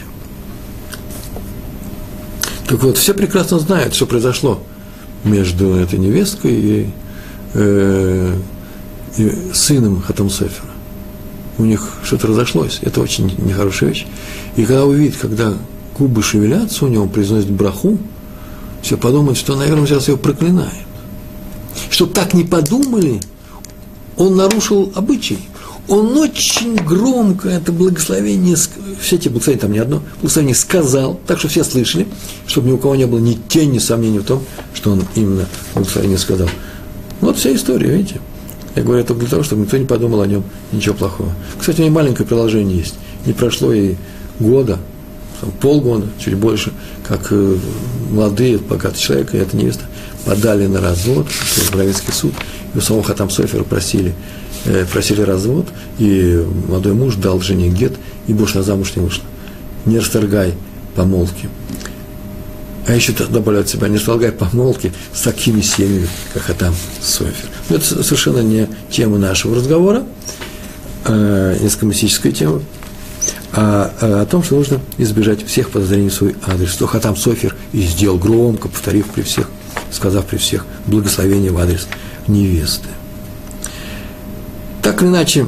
Так вот, все прекрасно знают, что произошло между этой невесткой и сыном Хатам Софера. У них что-то разошлось. Это очень нехорошая вещь. И когда увидит, когда губы шевелятся у него, произносит браху, все подумают, что, наверное, сейчас его проклинает. Чтобы так не подумали, он нарушил обычай. Он очень громко это благословение, все эти благословения, там не одно, благословение сказал, так что все слышали, чтобы ни у кого не было ни тени сомнений в том, что он именно благословение сказал. Вот вся история, видите. Я говорю это для того, чтобы никто не подумал о нем ничего плохого. Кстати, у меня маленькое приложение есть. Не прошло и года, полгода, чуть больше, как молодые, богатый человек и эта невеста подали на развод в раввинский суд, и у самого Хатам Софера просили развод, и молодой муж дал жене гет, и больше на замуж не вышла. Не расторгай помолвки. А еще добавляют себя, не расторгай помолвки с такими семьями, как Хатам Софер. Но это совершенно не тема нашего разговора, несколько мистическая тема, а о том, что нужно избежать всех подозрений в свой адрес. Что Хатам Софер и сделал громко, повторив при всех, сказав при всех благословение в адрес невесты. Так или иначе,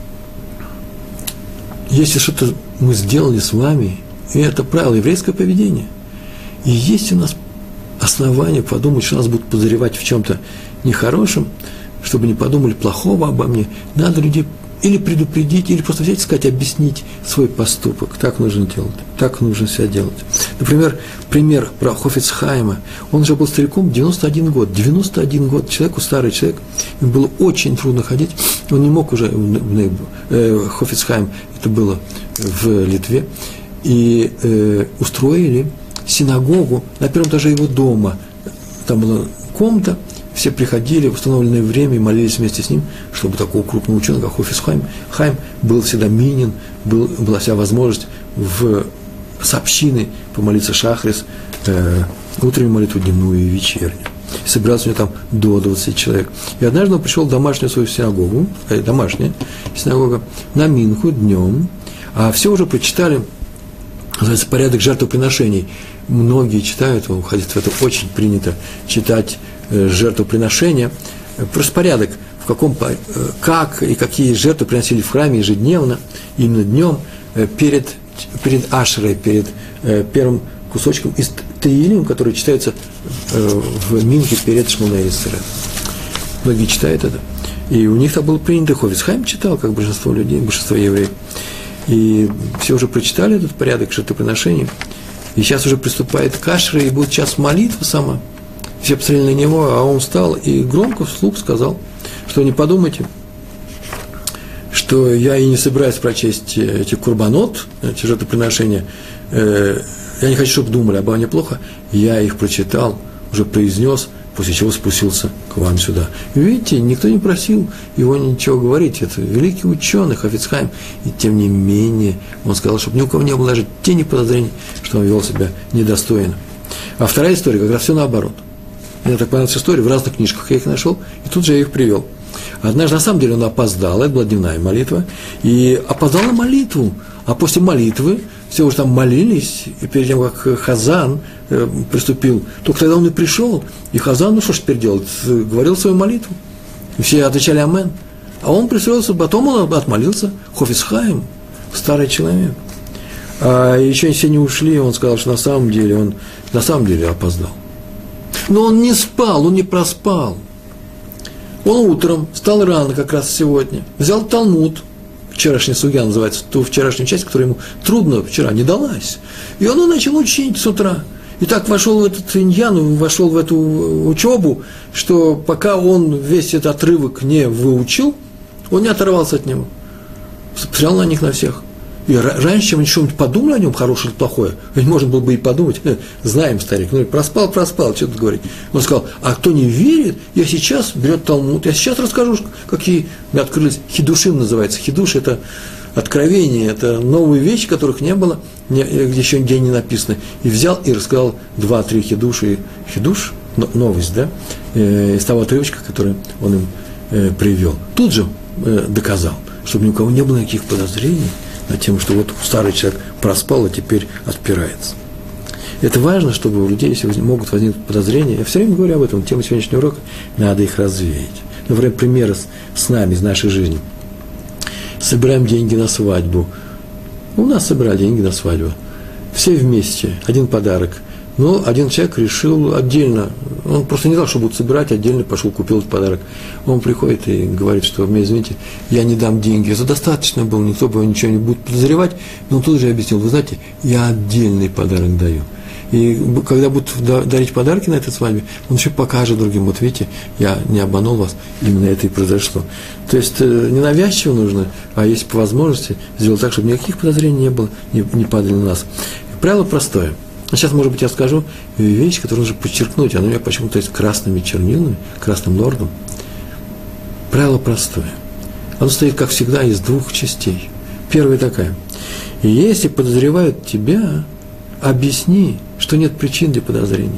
если что-то мы сделали с вами, и это правило еврейского поведения, и есть у нас основания подумать, что нас будут подозревать в чем-то нехорошем, чтобы не подумали плохого обо мне, надо людей или предупредить, или просто взять и сказать, объяснить свой поступок. Так нужно делать, так нужно себя делать. Например, пример про Хофец Хаима. Он уже был стариком 91 год. 91 год человеку, старый человек, ему было очень трудно ходить. Он не мог уже, Хофец Хаим, это было в Литве, и устроили синагогу на первом этаже его дома. Там была комната, все приходили в установленное время и молились вместе с ним, чтобы такого крупного ученого, как Хофец Хаим, был всегда минен, была вся возможность с общиной помолиться шахрис, утреннюю молитву, дневную и вечернюю. И собирался у него там до 20 человек. И однажды он пришел в домашнюю свою синагогу, домашняя синагога, на Минху днем, а все уже прочитали, называется, порядок жертвоприношений. Многие читают, уходят в это, очень принято читать жертвоприношения. Просто порядок, в каком, как и какие жертвы приносили в храме ежедневно, именно днем, перед Ашерой, перед первым кусочком из Теилим, который читается в Минхе перед Шмоней Эсрей. Многие читают это. И у них так было принято, Хофец Хаим читал, как большинство людей, большинство евреев. И все уже прочитали этот порядок жертвоприношений. И сейчас уже приступает к Ашере, и будет час молитвы сама. Все посмотрели на него, а он встал и громко вслух сказал, что не подумайте, что я и не собираюсь прочесть эти курбанот, эти жертвоприношения. Я не хочу, чтобы думали обо мне плохо. Я их прочитал, уже произнес, после чего спустился к вам сюда. И видите, никто не просил его ничего говорить. Это великий ученый Хофец Хаим. И тем не менее, он сказал, чтобы ни у кого не было даже тени подозрений, что он вел себя недостойно. А вторая история, как раз все наоборот. Мне так понравилась история, в разных книжках я их нашел, и тут же я их привел. Однажды, на самом деле, он опоздал, это была дневная молитва, и опоздал на молитву, а после молитвы все уже там молились, и перед тем, как Хазан приступил, только тогда он и пришел, и Хазан, ну что ж теперь делать, говорил свою молитву, и все отвечали амен, а он пристроился, потом он отмолился, Хофец Хаим, старый человек, а еще все не ушли, он сказал, что на самом деле опоздал. Но он не спал, он не проспал. Он утром встал рано, как раз сегодня, взял Талмуд, вчерашняя сугья называется, ту вчерашнюю часть, которая ему трудно вчера не далась. И он начал учить с утра. И так вошел в этот иньян, вошел в эту учебу, что пока он весь этот отрывок не выучил, он не оторвался от него. Посмотрел на них на всех. И раньше, чем они что-нибудь подумали о нем, хорошее или плохое, ведь можно было бы и подумать, знаем, старик, ну, проспал, что тут говорить. Он сказал, а кто не верит, я сейчас, берет Талмуд, я сейчас расскажу, какие открылись, хидушим называется, хидуш – это откровение, это новые вещи, которых не было, где еще нигде не написано. И взял и рассказал 2-3 хидуша, и хидуш, новость, да, из того отрывочка, который он им привел. Тут же доказал, чтобы ни у кого не было никаких подозрений над тем, что вот старый человек проспал, а теперь отпирается. Это важно, чтобы у людей, если могут возникнуть подозрения, я все время говорю об этом, тема сегодняшнего урока, надо их развеять. Например, примеры с нами, из нашей жизни. Собираем деньги на свадьбу. У нас собирали деньги на свадьбу. Все вместе, один подарок. Но один человек решил отдельно, он просто не знал, что будут собирать, отдельно пошел, купил этот подарок. Он приходит и говорит, что, мне извините, я не дам деньги. Это достаточно было, никто бы ничего не будет подозревать. Но он тут же объяснил, вы знаете, я отдельный подарок даю. И когда будут дарить подарки на этой свадьбе, он еще покажет другим, вот видите, я не обманул вас, именно это и произошло. То есть не навязчиво нужно, а если по возможности сделать так, чтобы никаких подозрений не было, не падали на нас. Правило простое. Сейчас, может быть, я скажу вещь, которую нужно подчеркнуть. Она у меня почему-то есть красными чернилами, красным лордом. Правило простое. Оно состоит, как всегда, из 2 частей. Первая такая. Если подозревают тебя, объясни, что нет причин для подозрений.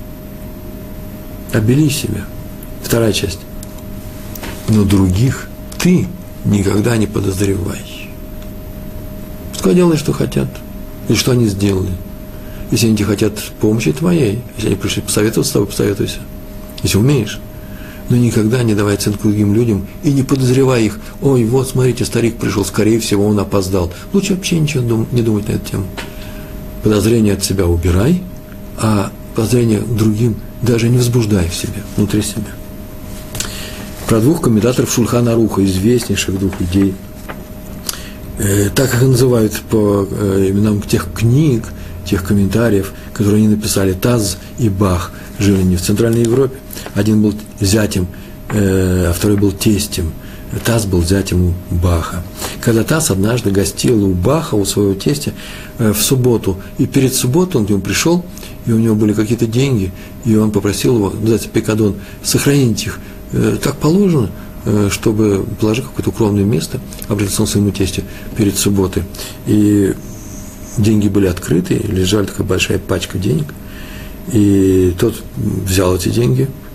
Обели себя. Вторая часть. Но других ты никогда не подозревай. Пускай делают, что хотят. Или что они сделали. Если они хотят помощи твоей, если они пришли посоветоваться с тобой, посоветуйся, если умеешь. Но никогда не давай оценку другим людям и не подозревай их. Ой, вот, смотрите, старик пришел, скорее всего, он опоздал. Лучше вообще ничего не думать на эту тему. Подозрения от себя убирай, а подозрения к другим даже не возбуждай в себе, внутри себя. Про 2 комментаторов Шульхан Аруха, известнейших 2 людей. Так их называют по именам тех книг, тех комментариев, которые они написали. Таз и Бах жили не в Центральной Европе. Один был зятем, а второй был тестем. Таз был зятем у Баха. Когда Таз однажды гостил у Баха, у своего тестя, в субботу, и перед субботой он к нему пришел, и у него были какие-то деньги, и он попросил его, называется пекадон, сохранить их. Так положено, чтобы положить какое-то укромное место, обратился он к своему тестю перед субботой. И деньги были открыты, лежала такая большая пачка денег, и тот взял эти деньги,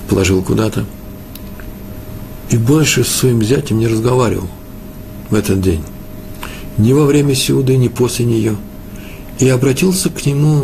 положил куда-то. И больше с своим зятем не разговаривал в этот день. Ни во время сеуды, ни после нее. И обратился к нему,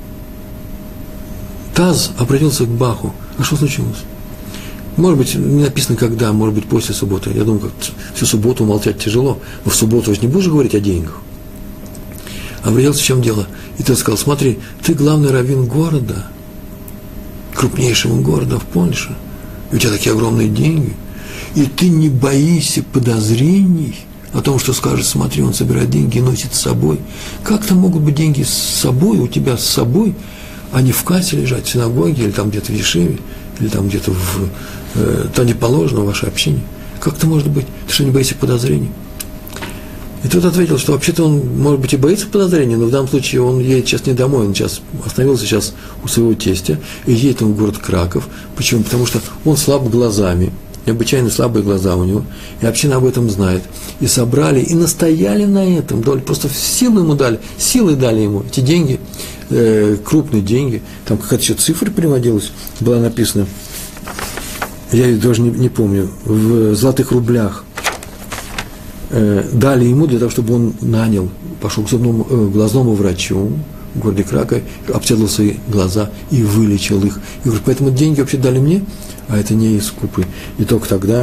Таз обратился к Баху. А что случилось? Может быть, не написано когда, может быть, после субботы. Я думаю, как всю субботу молчать тяжело. Но в субботу же не будешь говорить о деньгах. Обратился, в чем дело? И тот сказал: смотри, ты главный раввин города, крупнейшего города в Польше. И у тебя такие огромные деньги. И ты не боишься подозрений о том, что скажет: смотри, он собирает деньги и носит с собой. Как-то могут быть деньги с собой, у тебя с собой, а не в кассе лежать, в синагоге, или там где-то в Ешиве, или там где-то там не положено в вашей общине. Как это может быть? Ты что, не боишься подозрений? И тот ответил, что вообще-то он, может быть, и боится подозрений, но в данном случае он едет сейчас не домой, он сейчас остановился сейчас у своего тестя, и едет он в город Краков. Почему? Потому что он слаб глазами, необычайно слабые глаза у него, и община об этом знает. И собрали, и настояли на этом, просто силы ему дали, силы дали ему эти деньги, крупные деньги, там какая-то еще цифра приводилась, была написана, я ее даже не помню, в золотых рублях. Дали ему для того, чтобы он пошел к глазному врачу в городе Кракове, обследовал свои глаза и вылечил их. И говорит: поэтому деньги вообще дали мне, а это не из купы. И только тогда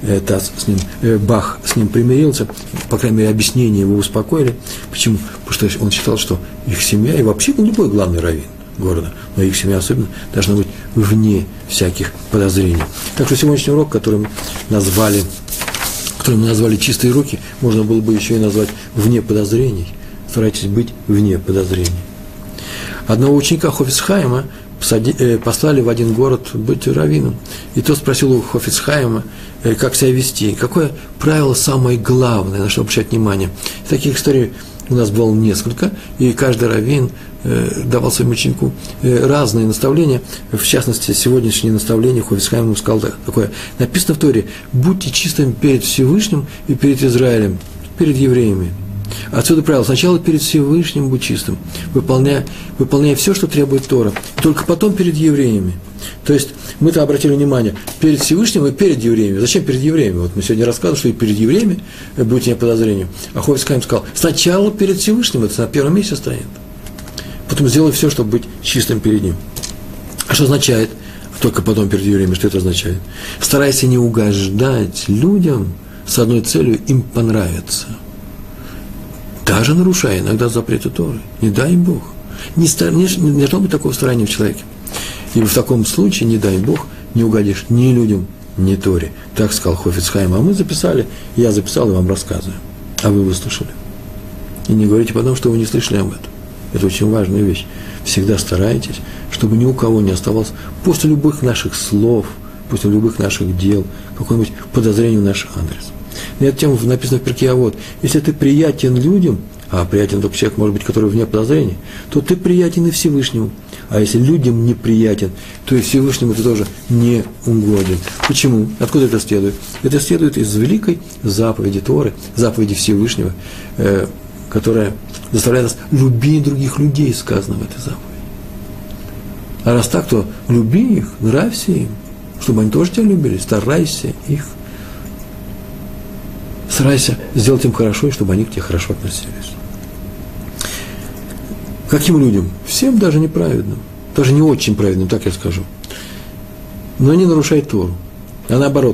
Бах с ним примирился, по крайней мере, объяснения его успокоили. Почему? Потому что он считал, что их семья, и вообще любой главный раввин города, но их семья особенно, должна быть вне всяких подозрений. Так что сегодняшний урок, который мы назвали «Чистые руки», можно было бы еще и назвать «Вне подозрений». Старайтесь быть вне подозрений. Одного ученика Хафец Хаима послали в один город быть раввином. И тот спросил у Хафец Хаима, как себя вести, какое правило самое главное, на что обращать внимание. Таких историй у нас было несколько, и каждый раввин давал своему ученику разные наставления. В частности, сегодняшнее наставление Хафец Хаим ему сказал такое: написано в Торе: будьте чистыми перед Всевышним и перед Израилем, перед евреями. Отсюда правило: сначала перед Всевышним будь чистым, выполняя все, что требует Тора, только потом перед евреями. То есть мы-то обратили внимание перед Всевышним и перед евреями. Зачем перед евреями? Вот мы сегодня рассказывали, что и перед евреями будьте не подозрением. А Хафец Хаим сказал: сначала перед Всевышним, это на первом месте стоит. Потом сделай все, чтобы быть чистым перед ним. А что означает только потом перед евреями? Что это означает? Старайся не угождать людям с одной целью – им понравиться. Даже нарушая иногда запреты Торы. Не дай Бог. Не должно быть такого старания в человеке. И в таком случае, не дай Бог, не угодишь ни людям, ни Торе. Так сказал Хафец Хаим. А мы записали, я записал и вам рассказываю. А вы выслушали. И не говорите потом, что вы не слышали об этом. Это очень важная вещь. Всегда старайтесь, чтобы ни у кого не оставалось после любых наших слов, после любых наших дел, какое-нибудь подозрение в наш адрес. На эту тему написано в Перкей Авот: если ты приятен людям, а приятен только человек, может быть, который вне подозрений, то ты приятен и Всевышнему. А если людям неприятен, то и Всевышнему ты тоже не угоден. Почему? Откуда это следует? Это следует из великой заповеди Торы, заповеди Всевышнего, которая заставляет нас любить других людей, сказано в этой заповеди. А раз так, то люби их, нравься им, чтобы они тоже тебя любили, старайся их. Старайся сделать им хорошо, и чтобы они к тебе хорошо относились. Каким людям? Всем, даже неправедным, даже не очень праведным, так я скажу. Но не нарушай Тору. А наоборот,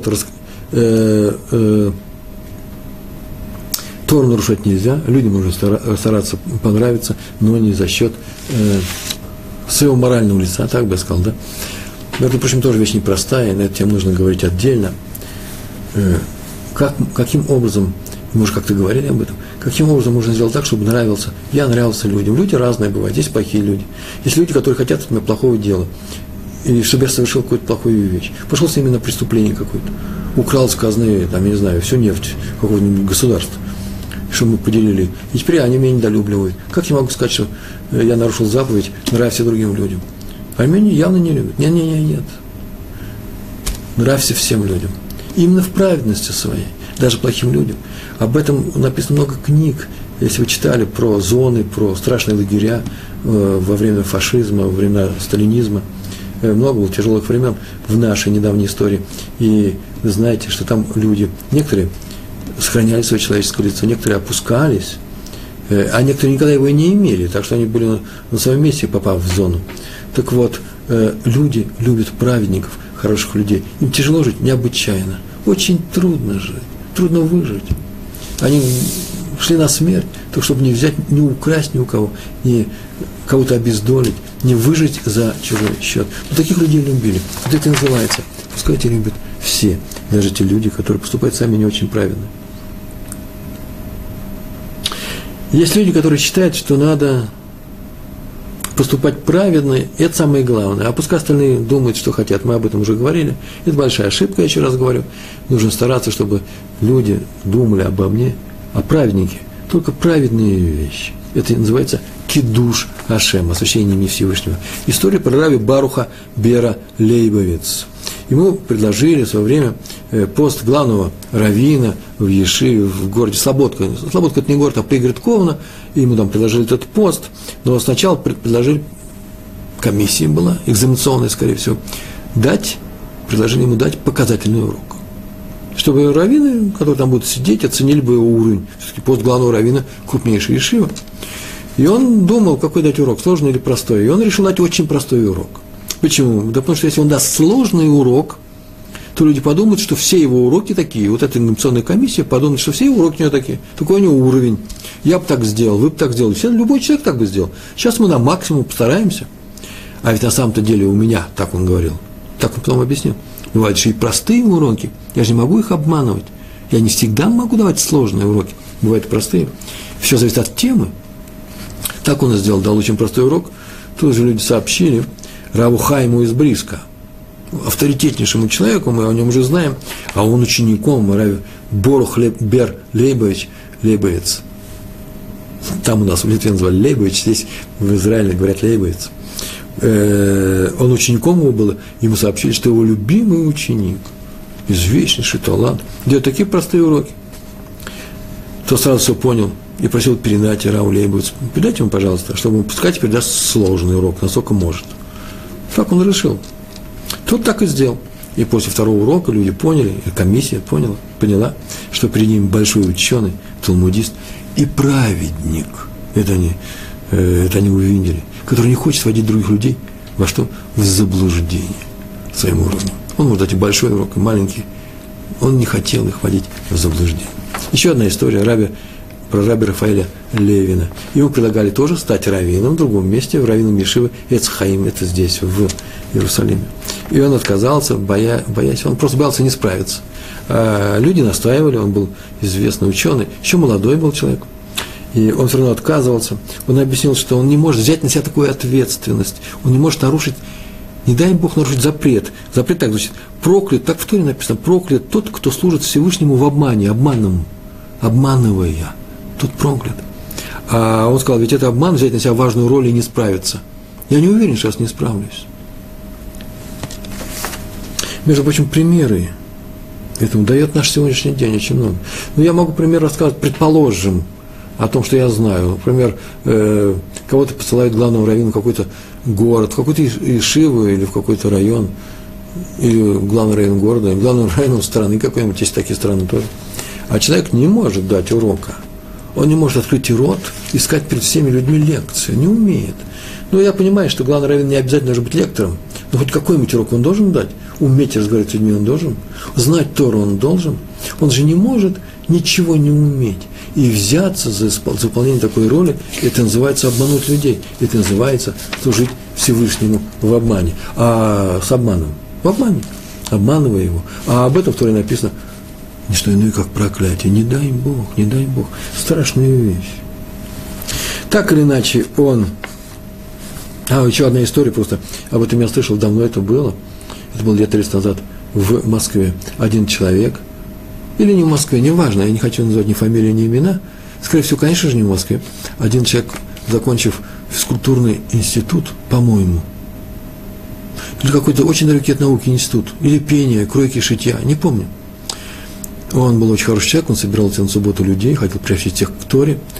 Тору нарушать нельзя, людям нужно стараться понравиться, но не за счет своего морального лица, так бы я сказал, да? Между прочим, тоже вещь непростая, на эту тему нужно говорить отдельно. Каким образом, мы уже как-то говорили об этом, каким образом можно сделать так, чтобы нравился, я нравился людям. Люди разные бывают, есть плохие люди. Есть люди, которые хотят от меня плохого дела, и чтобы я совершил какую-то плохую вещь. Пошел с ними на преступление какое-то, украл с казны, там, я не знаю, всю нефть какого-нибудь государства, чтобы мы поделили. И теперь они меня недолюбливают. Как я могу сказать, что я нарушил заповедь, нравься другим людям? А меня явно не любят. Нет. Нравься всем людям. Именно в праведности своей, даже плохим людям. Об этом написано много книг. Если вы читали про зоны, про страшные лагеря во время фашизма, во время сталинизма, много было тяжелых времен в нашей недавней истории. И вы знаете, что там люди, некоторые сохраняли свое человеческое лицо, некоторые опускались, а некоторые никогда его и не имели, так что они были на своем месте, попав в зону. Так вот, люди любят праведников, хороших людей. Им тяжело жить необычайно. Очень трудно жить, трудно выжить. Они шли на смерть, только чтобы не взять, не украсть ни у кого, не кого-то обездолить, не выжить за чужой счет. Но таких людей любили. Вот это и называется. Пускай эти любят все, даже те люди, которые поступают сами не очень правильно. Есть люди, которые считают, что надо поступать праведно, и это самое главное. А пускай остальные думают, что хотят. Мы об этом уже говорили. Это большая ошибка, я еще раз говорю. Нужно стараться, чтобы люди думали обо мне, о праведнике. Только праведные вещи. Это называется кидуш Ашем, освящение имени Всевышнего. История про раби Баруха бера Лейбовиц. Ему предложили в свое время пост главного раввина в Ешиве, в городе Слободка. Слободка – это не город, а пригород Ковна. И ему там предложили этот пост. Но сначала предложили, комиссия была, экзаменационная, скорее всего, предложили ему дать показательный урок. Чтобы раввины, которые там будут сидеть, оценили бы его уровень. Все-таки пост главного раввина – крупнейший Ешива. И он думал, какой дать урок, сложный или простой. И он решил дать очень простой урок. Почему? Да потому что если он даст сложный урок, то люди подумают, что все его уроки такие. Вот эта экзаменационная комиссия подумает, что все его уроки у него такие. Такой у него уровень. Я бы так сделал, вы бы так сделали. Любой человек так бы сделал. Сейчас мы на максимум постараемся. А ведь на самом-то деле у меня, так он говорил, так он потом объяснил, бывают же и простые уроки. Я же не могу их обманывать. Я не всегда могу давать сложные уроки. Бывают и простые. Все зависит от темы. Так он и сделал, дал очень простой урок. Тут же люди сообщили Раву Хайму из Бриска, авторитетнейшему человеку, мы о нем уже знаем, а он учеником Рави Борух бер Лейбовиц. Там у нас в Литве называли Лейбович, здесь в Израиле говорят Лейбовиц. Он учеником его был, ему сообщили, что его любимый ученик, известнейший талант, делает такие простые уроки. Тот сразу все понял и просил передать Раву Лейбовицу. Передайте ему, пожалуйста, чтобы он пускай теперь даст сложный урок, насколько может. Так он решил. Тот так и сделал. И после второго урока люди поняли, и комиссия поняла, что перед ним большой ученый, талмудист и праведник. Это они увидели, который не хочет сводить других людей во что? В заблуждение своим уровнем. Он может дать и большой урок, и маленький. Он не хотел их вводить в заблуждение. Еще одна история про раби Рафаэля Левина. Ему предлагали тоже стать раввином в другом месте, в раввином Ешиве Эц Хаим, это здесь, в Иерусалиме. И он отказался, боясь, он просто боялся не справиться. А люди настаивали, он был известный ученый, еще молодой был человек, и он все равно отказывался. Он объяснил, что он не может взять на себя такую ответственность, он не может нарушить, не дай Бог нарушить запрет. Запрет так звучит: проклят, так в Торе написано, проклят тот, кто служит Всевышнему в обмане, обманывая. Тот проклят. А он сказал, ведь это обман, взять на себя важную роль и не справиться. Я не уверен, что я не справлюсь. Между прочим, примеры этому дает наш сегодняшний день очень много. Но я могу пример рассказать, предположим, о том, что я знаю. Например, кого-то посылают главному раввину в какой-то город, в какую-то ешиву или в какой-то район, или главный район города, или главным районом страны какой-нибудь, есть такие страны тоже. А человек не может дать урока. Он не может открыть рот и сказать перед всеми людьми лекцию. Не умеет. Но я понимаю, что главный раввин не обязательно должен быть лектором. Но хоть какой-нибудь урок он должен дать. Уметь разговаривать с людьми он должен. Знать Тору он должен. Он же не может ничего не уметь. И взяться за выполнение такой роли, это называется обмануть людей. Это называется служить Всевышнему в обмане. А с обманом? В обмане. Обманывая его. А об этом в Торе написано: не что иное, как проклятие. Не дай Бог, не дай Бог. Страшная вещь. Так или иначе, он... еще одна история просто. Об этом я слышал, давно это было. Это было лет 30 назад в Москве. Один человек, или не в Москве, неважно, я не хочу называть ни фамилию, ни имена. Скорее всего, конечно же, не в Москве. Один человек, закончив физкультурный институт, по-моему, или какой-то очень далекий от науки институт, или пение, кройки, шитья, не помню. Он был очень хороший человек, он собирал на субботу людей, хотел приобщить всех к Торе.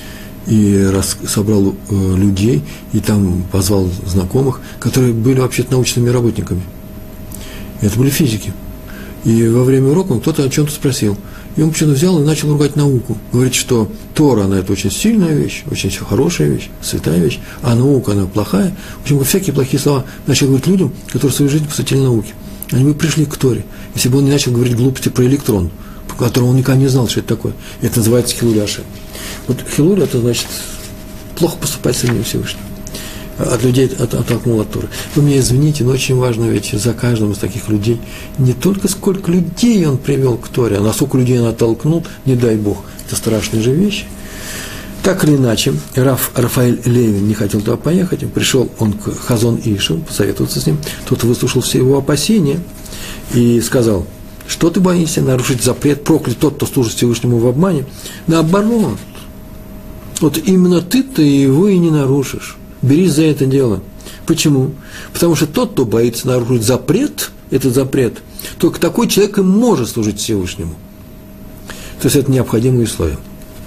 и собрал людей, и там позвал знакомых, которые были вообще-то научными работниками. Это были физики. И во время урока кто-то о чем-то спросил. И он почему-то взял и начал ругать науку. Говорит, что Тора, она это очень сильная вещь, очень хорошая вещь, святая вещь, а наука, она плохая. В общем, всякие плохие слова начал говорить людям, которые свою жизнь посвятили науке. Они бы пришли к Торе, если бы он не начал говорить глупости про электрон, по которому он никогда не знал, что это такое. Это называется хилуль Ашем. Вот хилуль, это значит плохо поступать с именем Всевышнего. От людей оттолкнул от Торы. Вы меня извините, но очень важно ведь за каждым из таких людей не только сколько людей он привел к Торе, а насколько людей он оттолкнул, не дай Бог. Это страшные же вещи. Так или иначе, Рафаэль Левин не хотел туда поехать, пришел он к Хазон Ишу, посоветоваться с ним, тот выслушал все его опасения и сказал, что ты боишься нарушить запрет, проклят тот, кто служит Всевышнему в обмане. Наоборот, вот именно ты-то его и не нарушишь. Берись за это дело. Почему? Потому что тот, кто боится нарушить запрет, этот запрет, только такой человек и может служить Всевышнему. То есть это необходимые условия.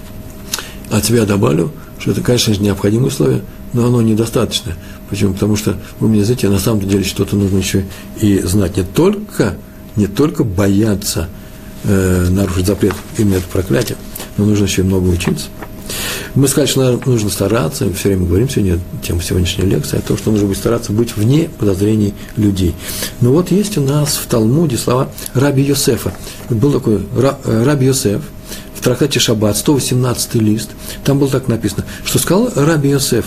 От себя добавлю, что это, конечно же, необходимое условие, но оно недостаточно. Почему? Потому что, вы мне знаете, на самом деле что-то нужно еще и знать. Не только бояться нарушить запрет, именно это проклятие, но нужно еще и много учиться. Мы сказали, что нужно стараться, мы все время говорим сегодня, тема сегодняшней лекции, о том, что нужно стараться быть вне подозрений людей. Но вот есть у нас в Талмуде слова Раби Йосефа. Был такой Раби Йосеф в трактате Шаббат, 118 лист, там было так написано, что сказал Раби Йосеф,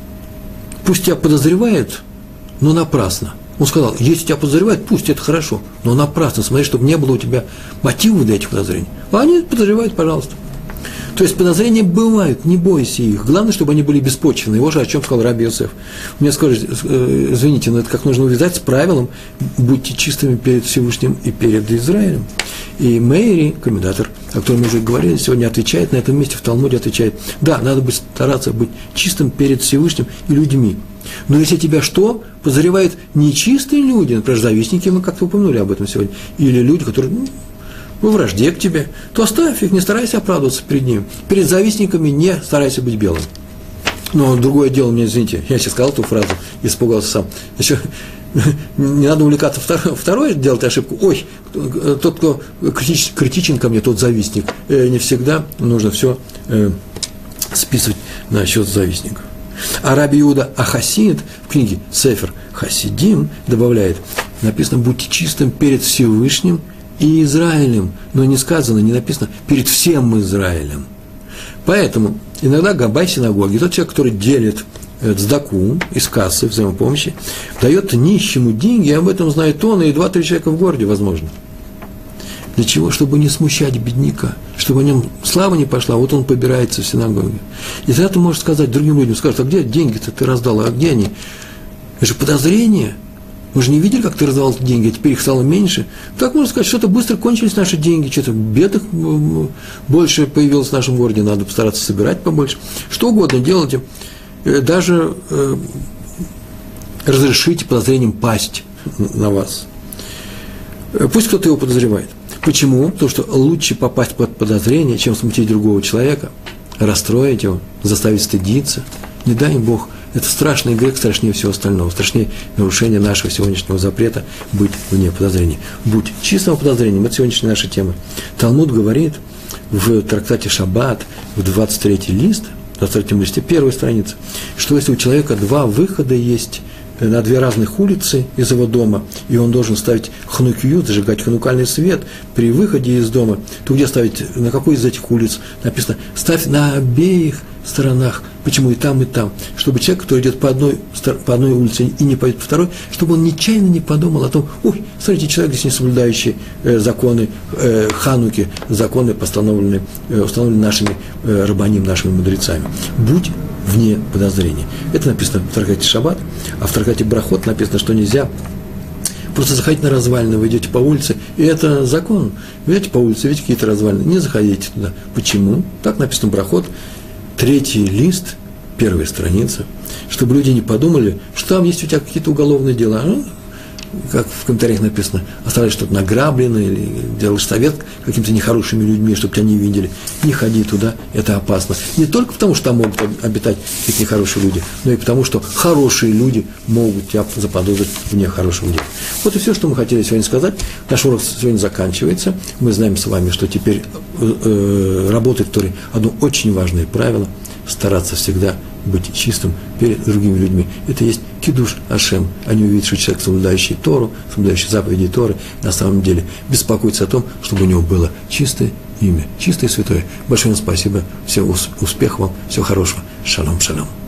пусть тебя подозревают, но напрасно. Он сказал, если тебя подозревают, пусть это хорошо, но напрасно, смотри, чтобы не было у тебя мотива для этих подозрений. А они подозревают, пожалуйста. То есть подозрения бывают, не бойся их. Главное, чтобы они были беспочвенны. Вот же о чем сказал Раби Йосеф. Мне скажут, извините, но это как нужно увязать с правилом, будьте чистыми перед Всевышним и перед Израилем. И Мейри, комментатор, о котором мы уже говорили, сегодня отвечает на этом месте, в Талмуде отвечает, да, надо стараться быть чистым перед Всевышним и людьми. Но если тебя что? Подозревают нечистые люди, например, завистники, мы как-то упомянули об этом сегодня, или люди, которые во вражде к тебе, то оставь их, не старайся оправдываться перед ним. Перед завистниками не старайся быть белым. Но другое дело, мне извините, я сейчас сказал эту фразу, испугался сам. Еще не надо увлекаться второе, делать ошибку. Ой, тот, кто критичен ко мне, тот завистник. Не всегда нужно все списывать на счет завистников. А Раби Иуда Ахасид в книге Сефер Хасидим добавляет, написано, будьте чистым перед Всевышним и Израилем, но не сказано, не написано, перед всем Израилем. Поэтому иногда габай синагоги, тот человек, который делит цдаку из кассы взаимопомощи, дает нищему деньги, и об этом знает он и 2-3 человека в городе, возможно. Для чего? Чтобы не смущать бедняка, чтобы о нем слава не пошла, вот он побирается в синагоге. И тогда ты можешь сказать другим людям, скажут, а где деньги-то ты раздал, а где они? Это же подозрение. Мы же не видели, как ты раздавал деньги, а теперь их стало меньше. Так можно сказать, что-то быстро кончились наши деньги, что-то бедок больше появилось в нашем городе, надо постараться собирать побольше. Что угодно делайте, даже разрешите подозрением пасть на вас. Пусть кто-то его подозревает. Почему? Потому что лучше попасть под подозрение, чем смутить другого человека, расстроить его, заставить стыдиться. Не дай им Бог. Это страшный грех, страшнее всего остального, страшнее нарушение нашего сегодняшнего запрета быть вне подозрений. Будь чистым подозрением, это сегодняшняя наша тема. Талмуд говорит в трактате Шаббат, в 23 лист, в 23 листе, первой странице, что если у человека 2 выхода есть на 2 разных улицы из его дома, и он должен ставить ханукию, зажигать ханукальный свет при выходе из дома, то где ставить, на какой из этих улиц? Написано, ставь на обеих сторонах. Почему и там, чтобы человек, который идет по одной улице и не пойдет по второй, чтобы он нечаянно не подумал о том, ой, смотрите, человек здесь не соблюдающий законы Хануки, законы, установленные нашими рабаним, нашими мудрецами. Будь вне подозрений. Это написано в трактате Шаббат, а в трактате Брахот написано, что нельзя просто заходить на развалины, вы идете по улице, и это закон. Вы идете по улице, видите какие-то развалины, не заходите туда. Почему? Так написано Брахот, 3 лист, 1 страница, чтобы люди не подумали, что там есть у тебя какие-то уголовные дела. как в комментариях написано, оставляешь что-то награбленное или делаешь совет какими-то нехорошими людьми, чтобы тебя не видели, не ходи туда, это опасно. Не только потому, что там могут обитать какие-то нехорошие люди, но и потому, что хорошие люди могут тебя заподозрить в нехорошем деле. Вот и все, что мы хотели сегодня сказать. Наш урок сегодня заканчивается. Мы знаем с вами, что теперь работает в Торе одно очень важное правило – стараться всегда быть чистым перед другими людьми. Это есть кидуш Ашем. Они увидят, что человек, соблюдающий Тору, соблюдающий заповеди Торы, на самом деле беспокоится о том, чтобы у него было чистое имя, чистое и святое. Большое вам спасибо, всего успехов вам, всего хорошего. Шалом, шалом.